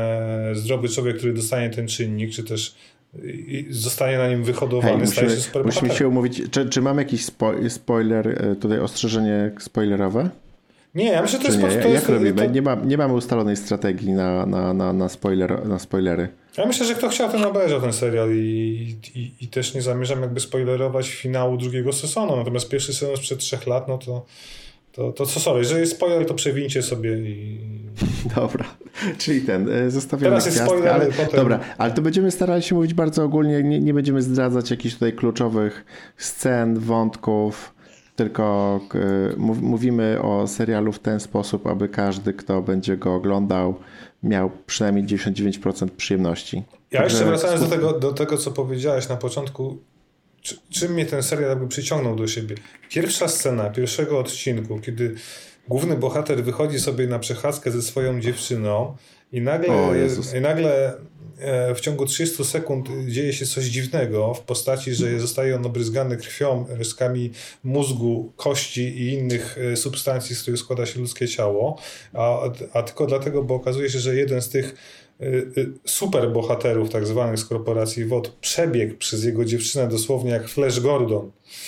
że zdrowy człowiek, który dostanie ten czynnik, czy też zostanie na nim wyhodowany, Hej, staje musimy, się superbohaterem. Musimy się umówić, czy, czy mamy jakiś spo, spoiler, tutaj ostrzeżenie spoilerowe? Nie, ja myślę, że to czy jest... Nie, to jak jest, robimy? to... Nie, ma, nie mamy ustalonej strategii na, na, na, na, spoiler, na spoilery. Ja myślę, że kto chciał, ten obejrzał ten serial i, i, i też nie zamierzam jakby spoilerować finału drugiego sezonu. Natomiast pierwszy sezon sprzed trzech lat, no to to, to co sorry, jeżeli jest spoiler, to przewincie sobie i... Dobra, czyli ten, zostawiamy Teraz jest gwiazdkę, spoiler, ale, potem... Dobra, ale to będziemy starali się mówić bardzo ogólnie, nie, nie będziemy zdradzać jakichś tutaj kluczowych scen, wątków, tylko y, mówimy o serialu w ten sposób, aby każdy, kto będzie go oglądał, miał przynajmniej dziewięćdziesiąt dziewięć procent przyjemności. Ja Także jeszcze wracając do tego, do tego, co powiedziałeś na początku, czy, czym mnie ten serial jakby przyciągnął do siebie. Pierwsza scena pierwszego odcinku, kiedy główny bohater wychodzi sobie na przechadzkę ze swoją dziewczyną i nagle, i nagle w ciągu trzydziestu sekund dzieje się coś dziwnego w postaci, że zostaje on obryzgany krwią, resztkami mózgu, kości i innych substancji, z których składa się ludzkie ciało, a, a tylko dlatego, bo okazuje się, że jeden z tych super bohaterów tak zwanych z korporacji W O D przebiegł przez jego dziewczynę dosłownie jak Flash Gordon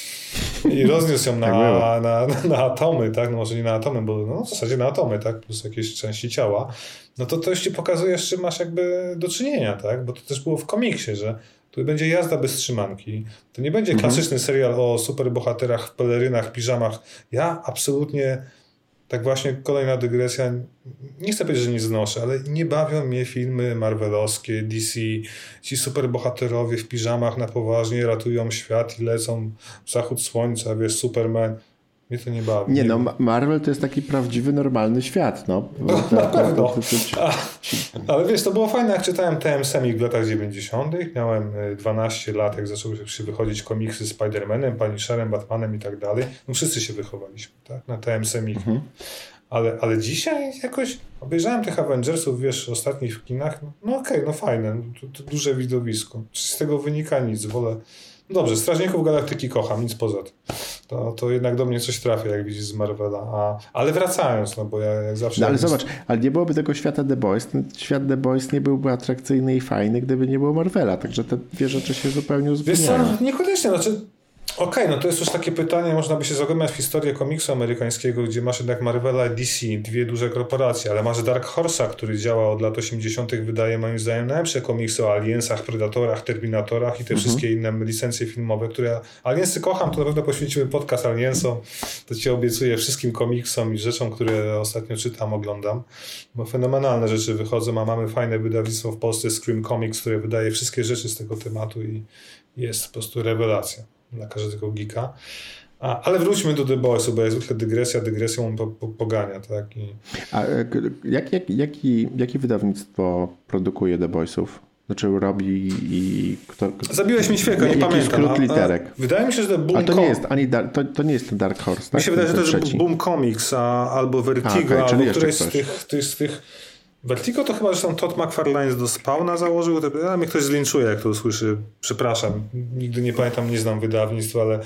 i rozniósł ją na, na, na, na atomy, tak? No może nie na atomy, bo no w zasadzie na atomy, tak? Plus jakieś części ciała. No to to już ci pokazuje, z czym masz jakby do czynienia, tak? Bo to też było w komiksie, że tu będzie jazda bez trzymanki. To nie będzie mhm. klasyczny serial o superbohaterach w pelerynach, piżamach. Ja absolutnie, tak właśnie kolejna dygresja, nie chcę powiedzieć, że nie znoszę, ale nie bawią mnie filmy marvelowskie, D C, ci superbohaterowie w piżamach na poważnie ratują świat i lecą w zachód słońca, wiesz, Superman. Mnie to nie bawi. Nie, nie no, wiem. Marvel to jest taki prawdziwy, normalny świat, no. No to, na to, pewno. To, to, to, to... Ale wiesz, to było fajne, jak czytałem T M Semik w latach dziewięćdziesiątych. Miałem dwanaście lat, jak zaczęły się wychodzić komiksy z Spider-Manem, Punisherem, Batmanem i tak dalej. No wszyscy się wychowaliśmy, tak? Na T M Semik. Mhm. Ale, ale dzisiaj jakoś obejrzałem tych Avengersów, wiesz, ostatnich w kinach. No okej, okay, no fajne, to, to duże widowisko. Z tego wynika nic, wolę... No dobrze, Strażników Galaktyki kocham, nic poza tym. To, to jednak do mnie coś trafia, jak widzisz z Marvela. A, ale wracając, no bo ja jak zawsze... No ale jak zobacz, jest... ale nie byłoby tego świata The Boys, ten świat The Boys nie byłby atrakcyjny i fajny, gdyby nie było Marvela, także te dwie rzeczy się zupełnie uzupełniają. Wiesz co, niekoniecznie, znaczy... Okej, okay, no to jest już takie pytanie, można by się zagłębiać w historię komiksu amerykańskiego, gdzie masz jednak Marvela i D C, dwie duże korporacje, ale masz Dark Horse'a, który działa od lat osiemdziesiątych, wydaje moim zdaniem najlepsze komiksy o Aliensach, Predatorach, Terminatorach i te mhm. wszystkie inne licencje filmowe, które Aliensy kocham, to na pewno poświęcimy podcast Aliensom, to ci obiecuję wszystkim komiksom i rzeczom, które ostatnio czytam, oglądam, bo fenomenalne rzeczy wychodzą, a mamy fajne wydawnictwo w Polsce, Scream Comics, które wydaje wszystkie rzeczy z tego tematu i jest po prostu rewelacja dla każdego geeka. A, ale wróćmy do The Boysu, bo jak zwykle dygresja dygresją po, po, pogania. Tak? I... A jak, jak, jaki, jakie wydawnictwo produkuje The Boysów? Znaczy robi i... Kto, Zabiłeś mi świeka, nie pamiętam. Skrót literek. A, a, wydaje mi się, że to Boom A to nie jest ani da, to, to nie jest ten Dark Horse, tak? Mi się wydaje, że to jest trzeci. Boom Comics a, albo Vertigo, a, okay, albo któryś z tych, tych, z tych Vertigo to chyba zresztą Todd McFarlane do Spawna założył, a mnie ktoś zlinczuje, jak to usłyszy. Przepraszam, nigdy nie pamiętam, nie znam wydawnictwa, ale,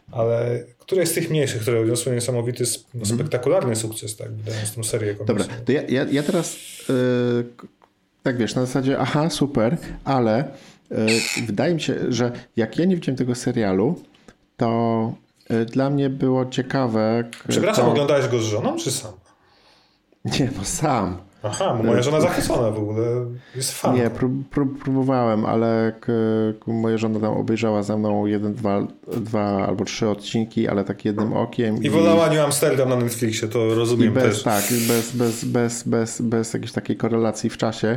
ale któreś z tych mniejszych, które odniosły niesamowity, no, spektakularny sukces, tak, wydając tą serię komiksową. Dobra, to ja, ja, ja teraz yy, tak wiesz, na zasadzie aha, super, ale yy, wydaje mi się, że jak ja nie widziałem tego serialu, to yy, dla mnie było ciekawe... Przepraszam, to... oglądałeś go z żoną, czy sam? Nie, no sam. Aha, bo moja żona zachwycona w ogóle, jest fan. Nie, prób, prób, próbowałem, ale k, k, moja żona tam obejrzała ze mną jeden, dwa, dwa albo trzy odcinki, ale tak jednym okiem. I, i wolała New Amsterdam na Netflixie, to rozumiem i bez, też. Tak, bez, bez, bez, bez, bez jakiejś takiej korelacji w czasie.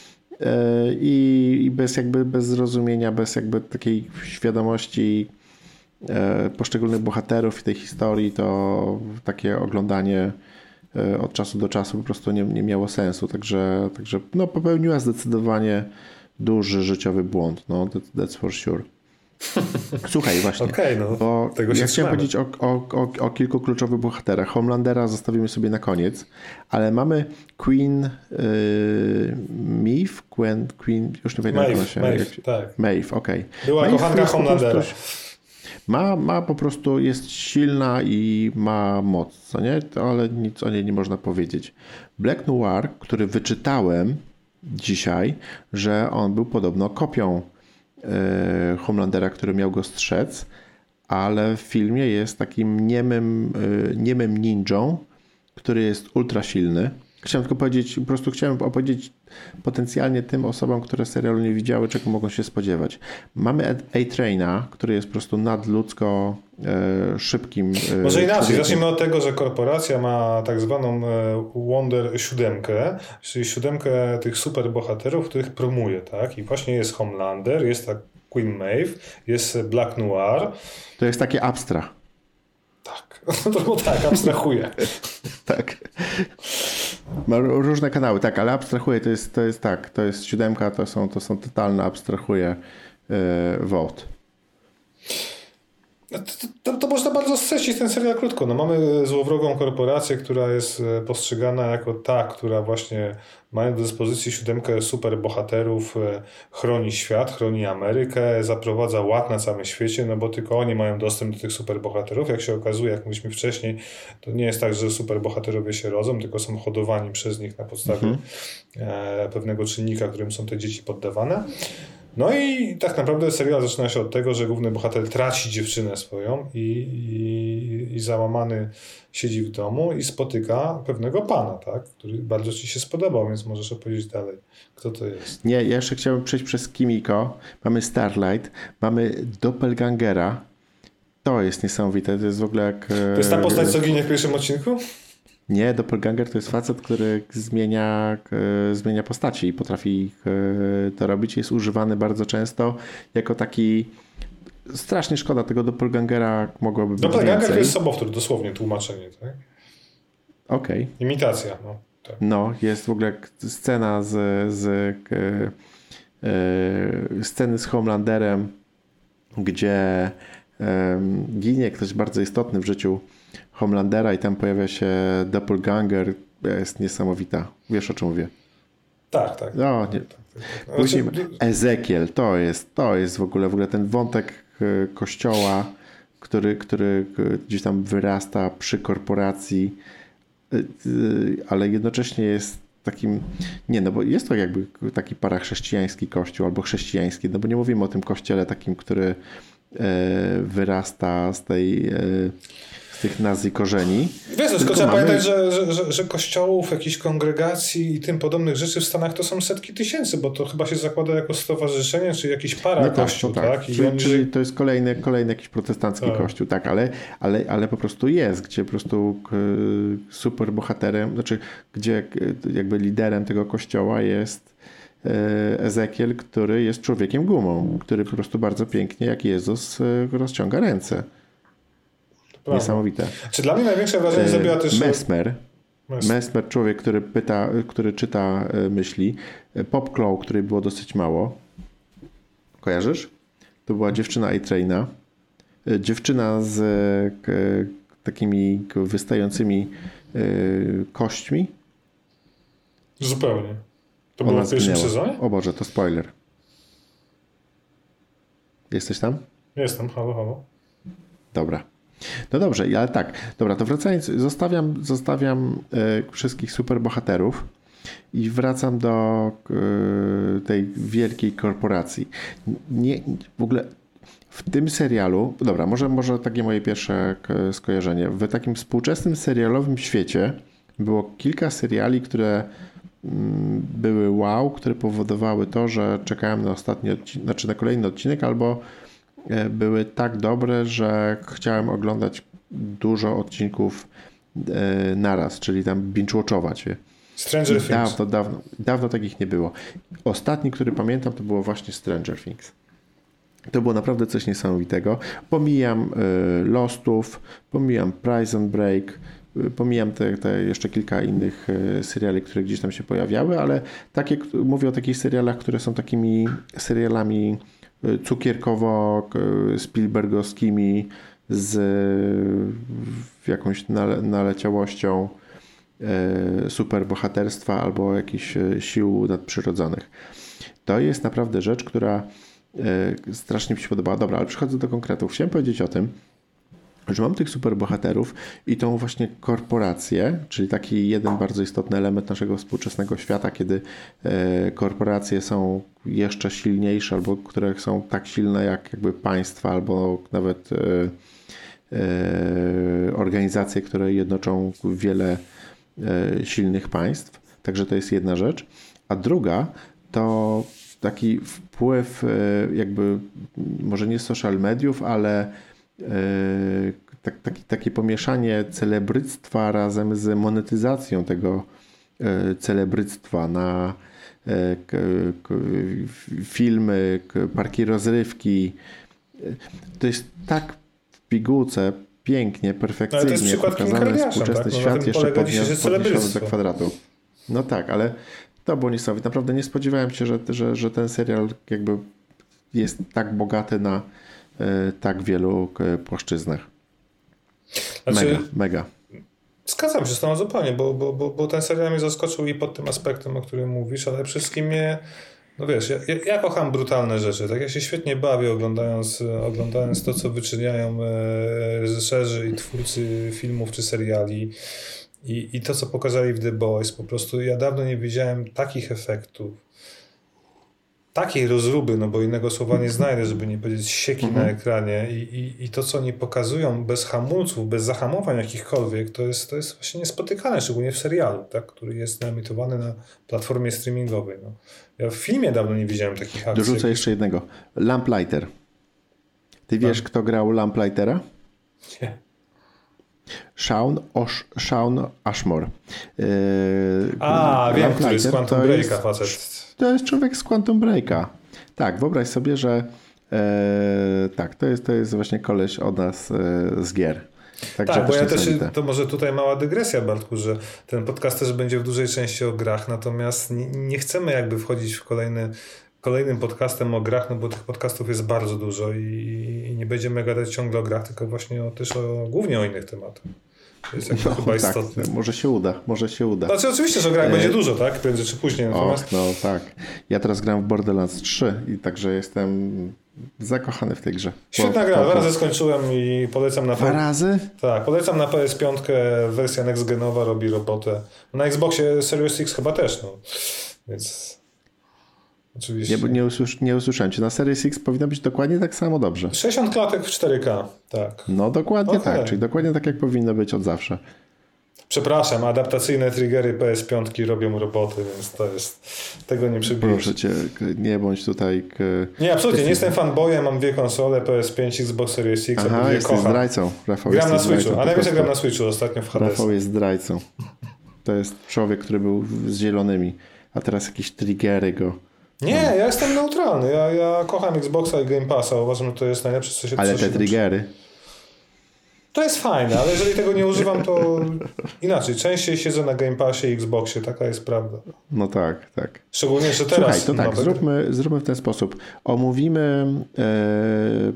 I, i bez jakby bez zrozumienia, bez jakby takiej świadomości poszczególnych bohaterów i tej historii, to takie oglądanie od czasu do czasu po prostu nie, nie miało sensu. Także, także no, popełniła zdecydowanie duży życiowy błąd. No, that, that's for sure. Słuchaj, właśnie, okay, no, bo tego się ja chciałem trzymamy. powiedzieć o, o, o, o kilku kluczowych bohaterach. Homelandera zostawimy sobie na koniec, ale mamy Queen yy, Maeve, Queen, Queen, już nie pamiętam jak ona się... Maeve, jak, tak. Maeve, okej. Okay. Była Maeve kochanka Homelandera. Ma, ma po prostu, jest silna i ma moc, co nie? Ale nic o niej nie można powiedzieć. Black Noir, który wyczytałem dzisiaj, że on był podobno kopią e, Homelandera, który miał go strzec, ale w filmie jest takim niemym, e, niemym ninją, który jest ultra silny. Chciałem tylko powiedzieć, po prostu chciałem opowiedzieć potencjalnie tym osobom, które serialu nie widziały, czego mogą się spodziewać. Mamy A-Traina, który jest po prostu nadludzko e, szybkim. E, Może inaczej, człowiekiem. zacznijmy od tego, że korporacja ma tak zwaną e, Wonder siódemkę, czyli siódemkę tych superbohaterów, których promuje, tak? I właśnie jest Homelander, jest ta Queen Maeve, jest Black Noir. To jest takie abstra. Tak, to tak, abstrahuję. Tak. Ma różne kanały, tak, ale abstrahuję, to jest, to jest tak, to jest siódemka, to są, to są totalne abstrahuję yy, Vault. To, to, to można bardzo streścić ten serial krótko. No, mamy złowrogą korporację, która jest postrzegana jako ta, która właśnie mając do dyspozycji siódemkę superbohaterów, chroni świat, chroni Amerykę, zaprowadza ład na całym świecie, no bo tylko oni mają dostęp do tych superbohaterów. Jak się okazuje, jak mówiliśmy wcześniej, to nie jest tak, że superbohaterowie się rodzą, tylko są hodowani przez nich na podstawie mhm. pewnego czynnika, którym są te dzieci poddawane. No i tak naprawdę serial zaczyna się od tego, że główny bohater traci dziewczynę swoją i, i, i załamany siedzi w domu i spotyka pewnego pana, tak, który bardzo ci się spodobał, więc możesz opowiedzieć dalej, kto to jest. Nie, ja jeszcze chciałbym przejść przez Kimiko. Mamy Starlight, mamy Doppelgangera. To jest niesamowite, to jest w ogóle jak... To jest ta postać, co ginie w pierwszym odcinku? Nie, Doppelganger to jest facet, który zmienia, e, zmienia postaci i potrafi e, to robić. Jest używany bardzo często jako taki... Strasznie szkoda tego Doppelgangera, mogłoby być Doppelganger więcej. to jest sobowtór, dosłownie tłumaczenie, tak? Okej. Okay. Imitacja, no. Tak. No, jest w ogóle scena z, z e, e, sceny z Homelanderem, gdzie e, ginie ktoś bardzo istotny w życiu Homelandera i tam pojawia się Doppelganger, jest niesamowita. Wiesz, o czym mówię? Tak, tak. No, nie. Później Ezekiel, to jest, to jest w ogóle, w ogóle ten wątek kościoła, który, który gdzieś tam wyrasta przy korporacji, ale jednocześnie jest takim, nie, no bo jest to jakby taki parachrześcijański kościół albo chrześcijański, no bo nie mówimy o tym kościele takim, który wyrasta z tej z tych nazi korzeni. Wiesz, tylko trzeba mamy... pamiętać, że, że, że, że kościołów, jakichś kongregacji i tym podobnych rzeczy w Stanach to są setki tysięcy, bo to chyba się zakłada jako stowarzyszenie, czy jakiś parakościół, no tak, tak? tak. Czyli, oni... czyli to jest kolejny, kolejny jakiś protestancki tak. kościół, tak, ale, ale, ale po prostu jest, gdzie po prostu super bohaterem, znaczy gdzie jakby liderem tego kościoła jest Ezekiel, który jest człowiekiem gumą, który po prostu bardzo pięknie, jak Jezus, rozciąga ręce. Niesamowite. Czy dla mnie największe wrażenie zrobiła też... Mesmer. Mesmer. Mesmer, człowiek, który pyta, który czyta myśli. Popclaw, której było dosyć mało. Kojarzysz? To była dziewczyna A-Traina. Dziewczyna z k, takimi wystającymi y, kośćmi. Zupełnie. To było w pierwszym sezonie? O Boże, to spoiler. Jesteś tam? Jestem, halo, halo. Dobra. No dobrze, ale tak. Dobra, to wracając, zostawiam, zostawiam y, wszystkich superbohaterów i wracam do y, tej wielkiej korporacji. Nie, w ogóle w tym serialu, dobra, może, może takie moje pierwsze skojarzenie. W takim współczesnym serialowym świecie było kilka seriali, które były wow, które powodowały to, że czekałem na ostatni odcinek, znaczy na kolejny odcinek, albo były tak dobre, że chciałem oglądać dużo odcinków naraz, czyli tam binge-watchować. Stranger Things. Dawno, dawno, dawno takich nie było. Ostatni, który pamiętam, to było właśnie Stranger Things. To było naprawdę coś niesamowitego. Pomijam y, Lostów, pomijam Prison Break, y, pomijam te, te jeszcze kilka innych y, seriali, które gdzieś tam się pojawiały, ale takie, mówię o takich serialach, które są takimi serialami y, cukierkowo-spielbergowskimi z y, jakąś nale, naleciałością y, superbohaterstwa albo jakichś y, sił nadprzyrodzonych. To jest naprawdę rzecz, która strasznie mi się podobała. Dobra, ale przechodzę do konkretów. Chciałem powiedzieć o tym, że mam tych superbohaterów i tą właśnie korporację, czyli taki jeden bardzo istotny element naszego współczesnego świata, kiedy korporacje są jeszcze silniejsze, albo które są tak silne jak jakby państwa, albo nawet organizacje, które jednoczą wiele silnych państw. Także to jest jedna rzecz. A druga to taki wpływ jakby może nie social mediów, ale tak, taki, takie pomieszanie celebryctwa razem z monetyzacją tego celebryctwa na k, k, filmy, k, parki rozrywki. To jest tak w pigułce pięknie, perfekcyjnie pokazany współczesny tak? No świat jeszcze podniesiony do kwadratu. No tak, ale to było niesamowite. Naprawdę nie spodziewałem się, że, że, że ten serial jakby jest tak bogaty na y, tak wielu y, płaszczyznach. Znaczy, mega, mega. Zgadzam się z tą zupełnie, bo, bo, bo, bo ten serial mnie zaskoczył i pod tym aspektem, o którym mówisz, ale przede wszystkim mnie, no wiesz, ja, ja kocham brutalne rzeczy. Tak, ja się świetnie bawię oglądając, oglądając to, co wyczyniają reżyserzy i twórcy filmów czy seriali. I, I to, co pokazali w The Boys, po prostu ja dawno nie widziałem takich efektów, takiej rozruby, no bo innego słowa nie znajdę, żeby nie powiedzieć sieki mhm. na ekranie i, i, i to, co oni pokazują bez hamulców, bez zahamowań jakichkolwiek, to jest, to jest właśnie niespotykane, szczególnie w serialu, tak, który jest emitowany na platformie streamingowej. No. Ja w filmie dawno nie widziałem takich akcji. Dorzucę jeszcze jednego. Lamplighter. Ty wiesz, tak. kto grał Lamplightera? Nie. Sean, Osh, Sean Ashmore. Yy, A, wiem, który z Quantum Breaka facet. To jest człowiek z Quantum Breaka. Tak, wyobraź sobie, że e, tak, to jest, to jest właśnie koleś od nas e, z gier. Także tak, bo ja też, to może tutaj mała dygresja, Bartku, że ten podcast też będzie w dużej części o grach, natomiast nie, nie chcemy jakby wchodzić w kolejny kolejnym podcastem o grach, no bo tych podcastów jest bardzo dużo i, i nie będziemy gadać ciągle o grach, tylko właśnie o, też o, głównie o innych tematach. To jest jakby no, chyba tak, istotne. Może się uda, może się uda. Znaczy oczywiście, że o grach e... będzie dużo, tak? Prędzej czy później. Natomiast... Och, no tak. Ja teraz gram w Borderlands trzy i także jestem zakochany w tej grze. Świetna gra, dwa razy skończyłem i polecam na... Dwa razy? Tak, polecam na P S pięć, wersja next genowa robi robotę. Na Xboxie Series X chyba też, no. Więc... Oczywiście. Nie, nie, usłysz, nie usłyszałem cię. Na Series X powinno być dokładnie tak samo dobrze. sześćdziesiąt klatek w cztery K, tak. No dokładnie okay. tak, czyli dokładnie tak jak powinno być od zawsze. Przepraszam, adaptacyjne triggery P S pięć robią roboty, więc to jest... Tego nie przebijesz. Proszę cię, nie bądź tutaj... K... Nie, absolutnie, nie jestem fanboyem, mam dwie konsole, P S pięć, Xbox Series X, Aha, obydwie jesteś kocham. zdrajcą. Rafał, gram na Switchu, a najwięcej gram na Switchu ostatnio w Hadesa. Rafał jest zdrajcą. To jest człowiek, który był z zielonymi, a teraz jakieś triggery go... Nie, ja jestem neutralny. Ja, ja kocham Xboxa i Game Passa. Uważam, że to jest najlepsze, co się... Ale te triggery... To jest fajne, ale jeżeli tego nie używam, to inaczej. Częściej siedzę na Game Passie i Xboxie. Taka jest prawda. No tak, tak. Szczególnie, że teraz... Słuchaj, to tak, zróbmy, zróbmy w ten sposób. Omówimy e,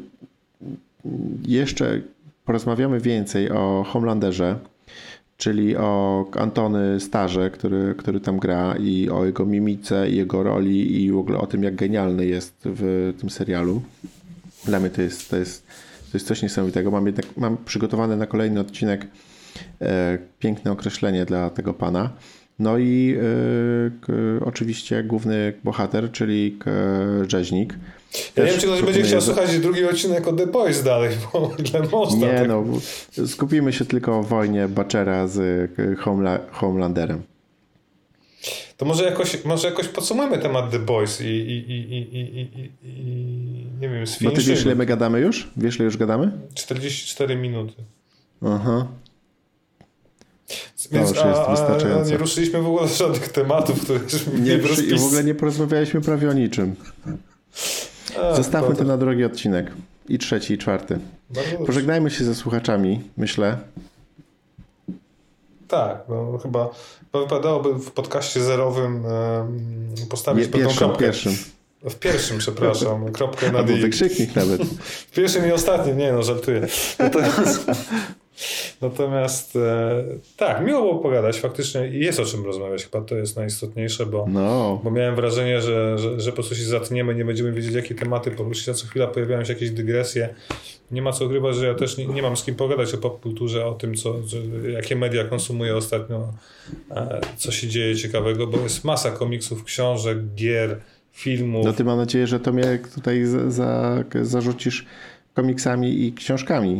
jeszcze, porozmawiamy więcej o Homelanderze, czyli o Antony Starze, który, który tam gra i o jego mimice i jego roli i w ogóle o tym, jak genialny jest w tym serialu. Dla mnie to jest, to jest, to jest coś niesamowitego. Mam, jednak, mam przygotowane na kolejny odcinek e, piękne określenie dla tego pana. No i e, k, oczywiście główny bohater, czyli k, rzeźnik. Ja nie wiem, czy ktoś będzie chciał słuchać drugi odcinek o The Boys dalej, bo ile można. Nie, tak... no, skupimy się tylko o wojnie Butchera z Homela- Homelanderem. To może jakoś, może jakoś podsumujmy temat The Boys i, i, i, i, i, i, i nie wiem, Bo ty wiesz, ile my gadamy już? Wiesz, ile już gadamy? czterdzieści cztery minuty. Aha. Więc to już jest a, wystarczająco. a nie ruszyliśmy w ogóle żadnych tematów, które nie, nie przy, w ogóle nie porozmawialiśmy prawie o niczym. A, Zostawmy to, to na drugi odcinek. I trzeci, i czwarty. Pożegnajmy się ze słuchaczami, myślę. Tak, no chyba wypadałoby w podcaście zerowym um, postawić nie, pewną pierwszym, kropkę. Pierwszym. W pierwszym, przepraszam, kropkę na Albo D. wykrzyknik nawet. W pierwszym i ostatnim, nie no, żartuję. Natomiast, natomiast e, tak, miło było pogadać, faktycznie jest o czym rozmawiać, chyba to jest najistotniejsze, bo, no. bo miałem wrażenie, że, że, że po prostu się zatniemy, nie będziemy wiedzieć, jakie tematy poruszyć, a co chwila pojawiają się jakieś dygresje. Nie ma co ukrywać, że ja też nie, nie mam z kim pogadać o popkulturze, o tym, co, że, jakie media konsumuję ostatnio, e, co się dzieje ciekawego, bo jest masa komiksów, książek, gier, filmów. No ty mam nadzieję, że to mnie tutaj za, za, zarzucisz komiksami i książkami.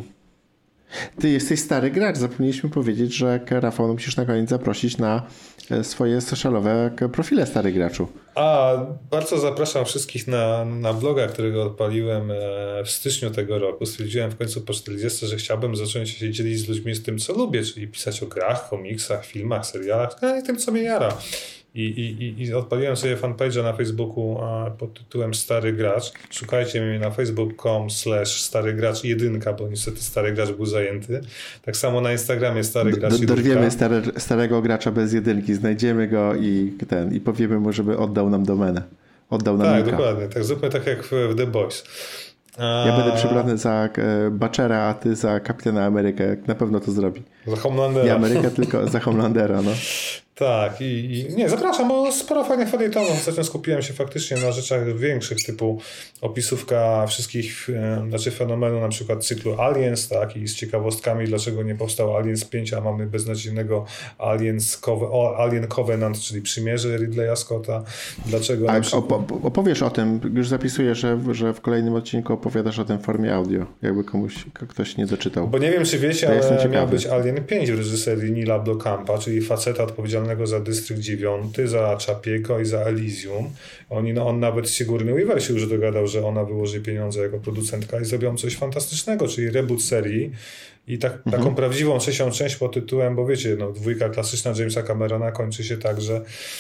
Ty jesteś stary gracz. Zapomnieliśmy powiedzieć, że Rafał musisz na koniec zaprosić na swoje socialowe profile Stary Graczu. A, bardzo zapraszam wszystkich na, na bloga, którego odpaliłem w styczniu tego roku. Stwierdziłem w końcu po czterdziestce, że chciałbym zacząć się dzielić z ludźmi z tym, co lubię, czyli pisać o grach, komiksach, filmach, serialach, no i tym, co mnie jara. I, i, I odpaliłem sobie fanpage'a na Facebooku a, pod tytułem Stary Gracz. Szukajcie mnie na facebook kropka com slash stary gracz jedynka, bo niestety Stary Gracz był zajęty. Tak samo na Instagramie Stary Gracz jedynka. Dorwiemy stare, starego gracza bez jedynki, znajdziemy go i ten i powiemy mu, żeby oddał nam domenę. Oddał nam Tak, nika. dokładnie. Tak zróbmy tak jak w, w The Boys. A... Ja będę przebrany za e, Butchera, a ty za Kapitana Amerykę. Na pewno to zrobi. Za Homelandera. Nie Amerykę, tylko za Homelandera, no. Tak, i, i nie, zapraszam, bo sporo fajnych felietonów. Ostatnio skupiłem się faktycznie na rzeczach większych, typu opisówka wszystkich, e, znaczy fenomenu na przykład cyklu Aliens, tak, i z ciekawostkami, dlaczego nie powstał Aliens pięć, a mamy beznadziejnego Aliens Coven- Alien Covenant, czyli przymierze Ridleya Scotta. Dlaczego A przykład... op- opowiesz o tym, już zapisuję, że, że w kolejnym odcinku opowiadasz o tym w formie audio, jakby komuś ktoś nie doczytał. Bo nie wiem, czy wiecie, ja ale miał być Alien pięć w reżyserii Nila Blomkampa, czyli faceta odpowiedzialnego za Dystrykt dziewiąty, za Chapiego i za Elysium. Oni, no, on nawet z Sigourney Weaver się już dogadał, że ona wyłoży pieniądze jako producentka i zrobią coś fantastycznego, czyli reboot serii i tak, mhm. taką prawdziwą trzecią część pod tytułem, bo wiecie, no, dwójka klasyczna Jamesa Camerona kończy się tak, że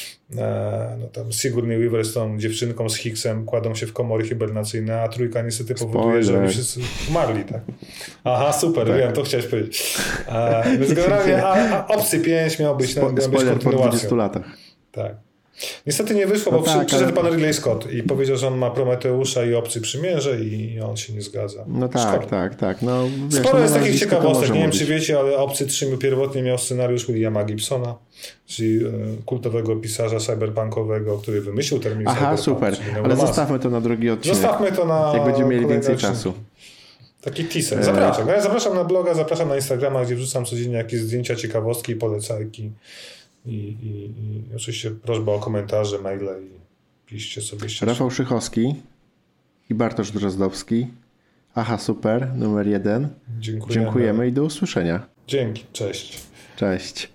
e, no, tam Sigourney Weaver z tą dziewczynką z Hicksem kładą się w komory hibernacyjne, a trójka niestety powoduje, że oni wszyscy umarli. Tak? Aha, super, tak. Wiem, to chciałeś powiedzieć. E, więc generalnie a, a Obcy pięć miał być, Spo, miał być kontynuacją. Po dwudziestu latach. Tak. Niestety nie wyszło, no bo tak, przyszedł ale... pan Ridley Scott i powiedział, że on ma Prometeusza i Obcy Przymierze i on się nie zgadza. No tak, Szkoda. tak, tak. No, wiesz, sporo no, jest takich ciekawostek. Nie wiem, mówić. czy wiecie, ale Obcy trzy pierwotnie miał scenariusz Williama Gibsona, czyli e, kultowego pisarza cyberpunkowego, który wymyślił termin Aha, cyberpunk. super, ale zostawmy to na drugi odcinek. Zostawmy to na jak będziemy mieli więcej odcinek. czasu. Taki teaser. Zapraszam. Ja zapraszam na bloga, zapraszam na Instagrama, gdzie wrzucam codziennie jakieś zdjęcia, ciekawostki i polecajki. I, i, i oczywiście prośba o komentarze, maile i piszcie sobie ścieżkę. Rafał Szychowski i Bartosz Drozdowski. Aha, super, numer jeden. Dziękujemy. Dziękujemy i do usłyszenia. Dzięki, cześć. Cześć.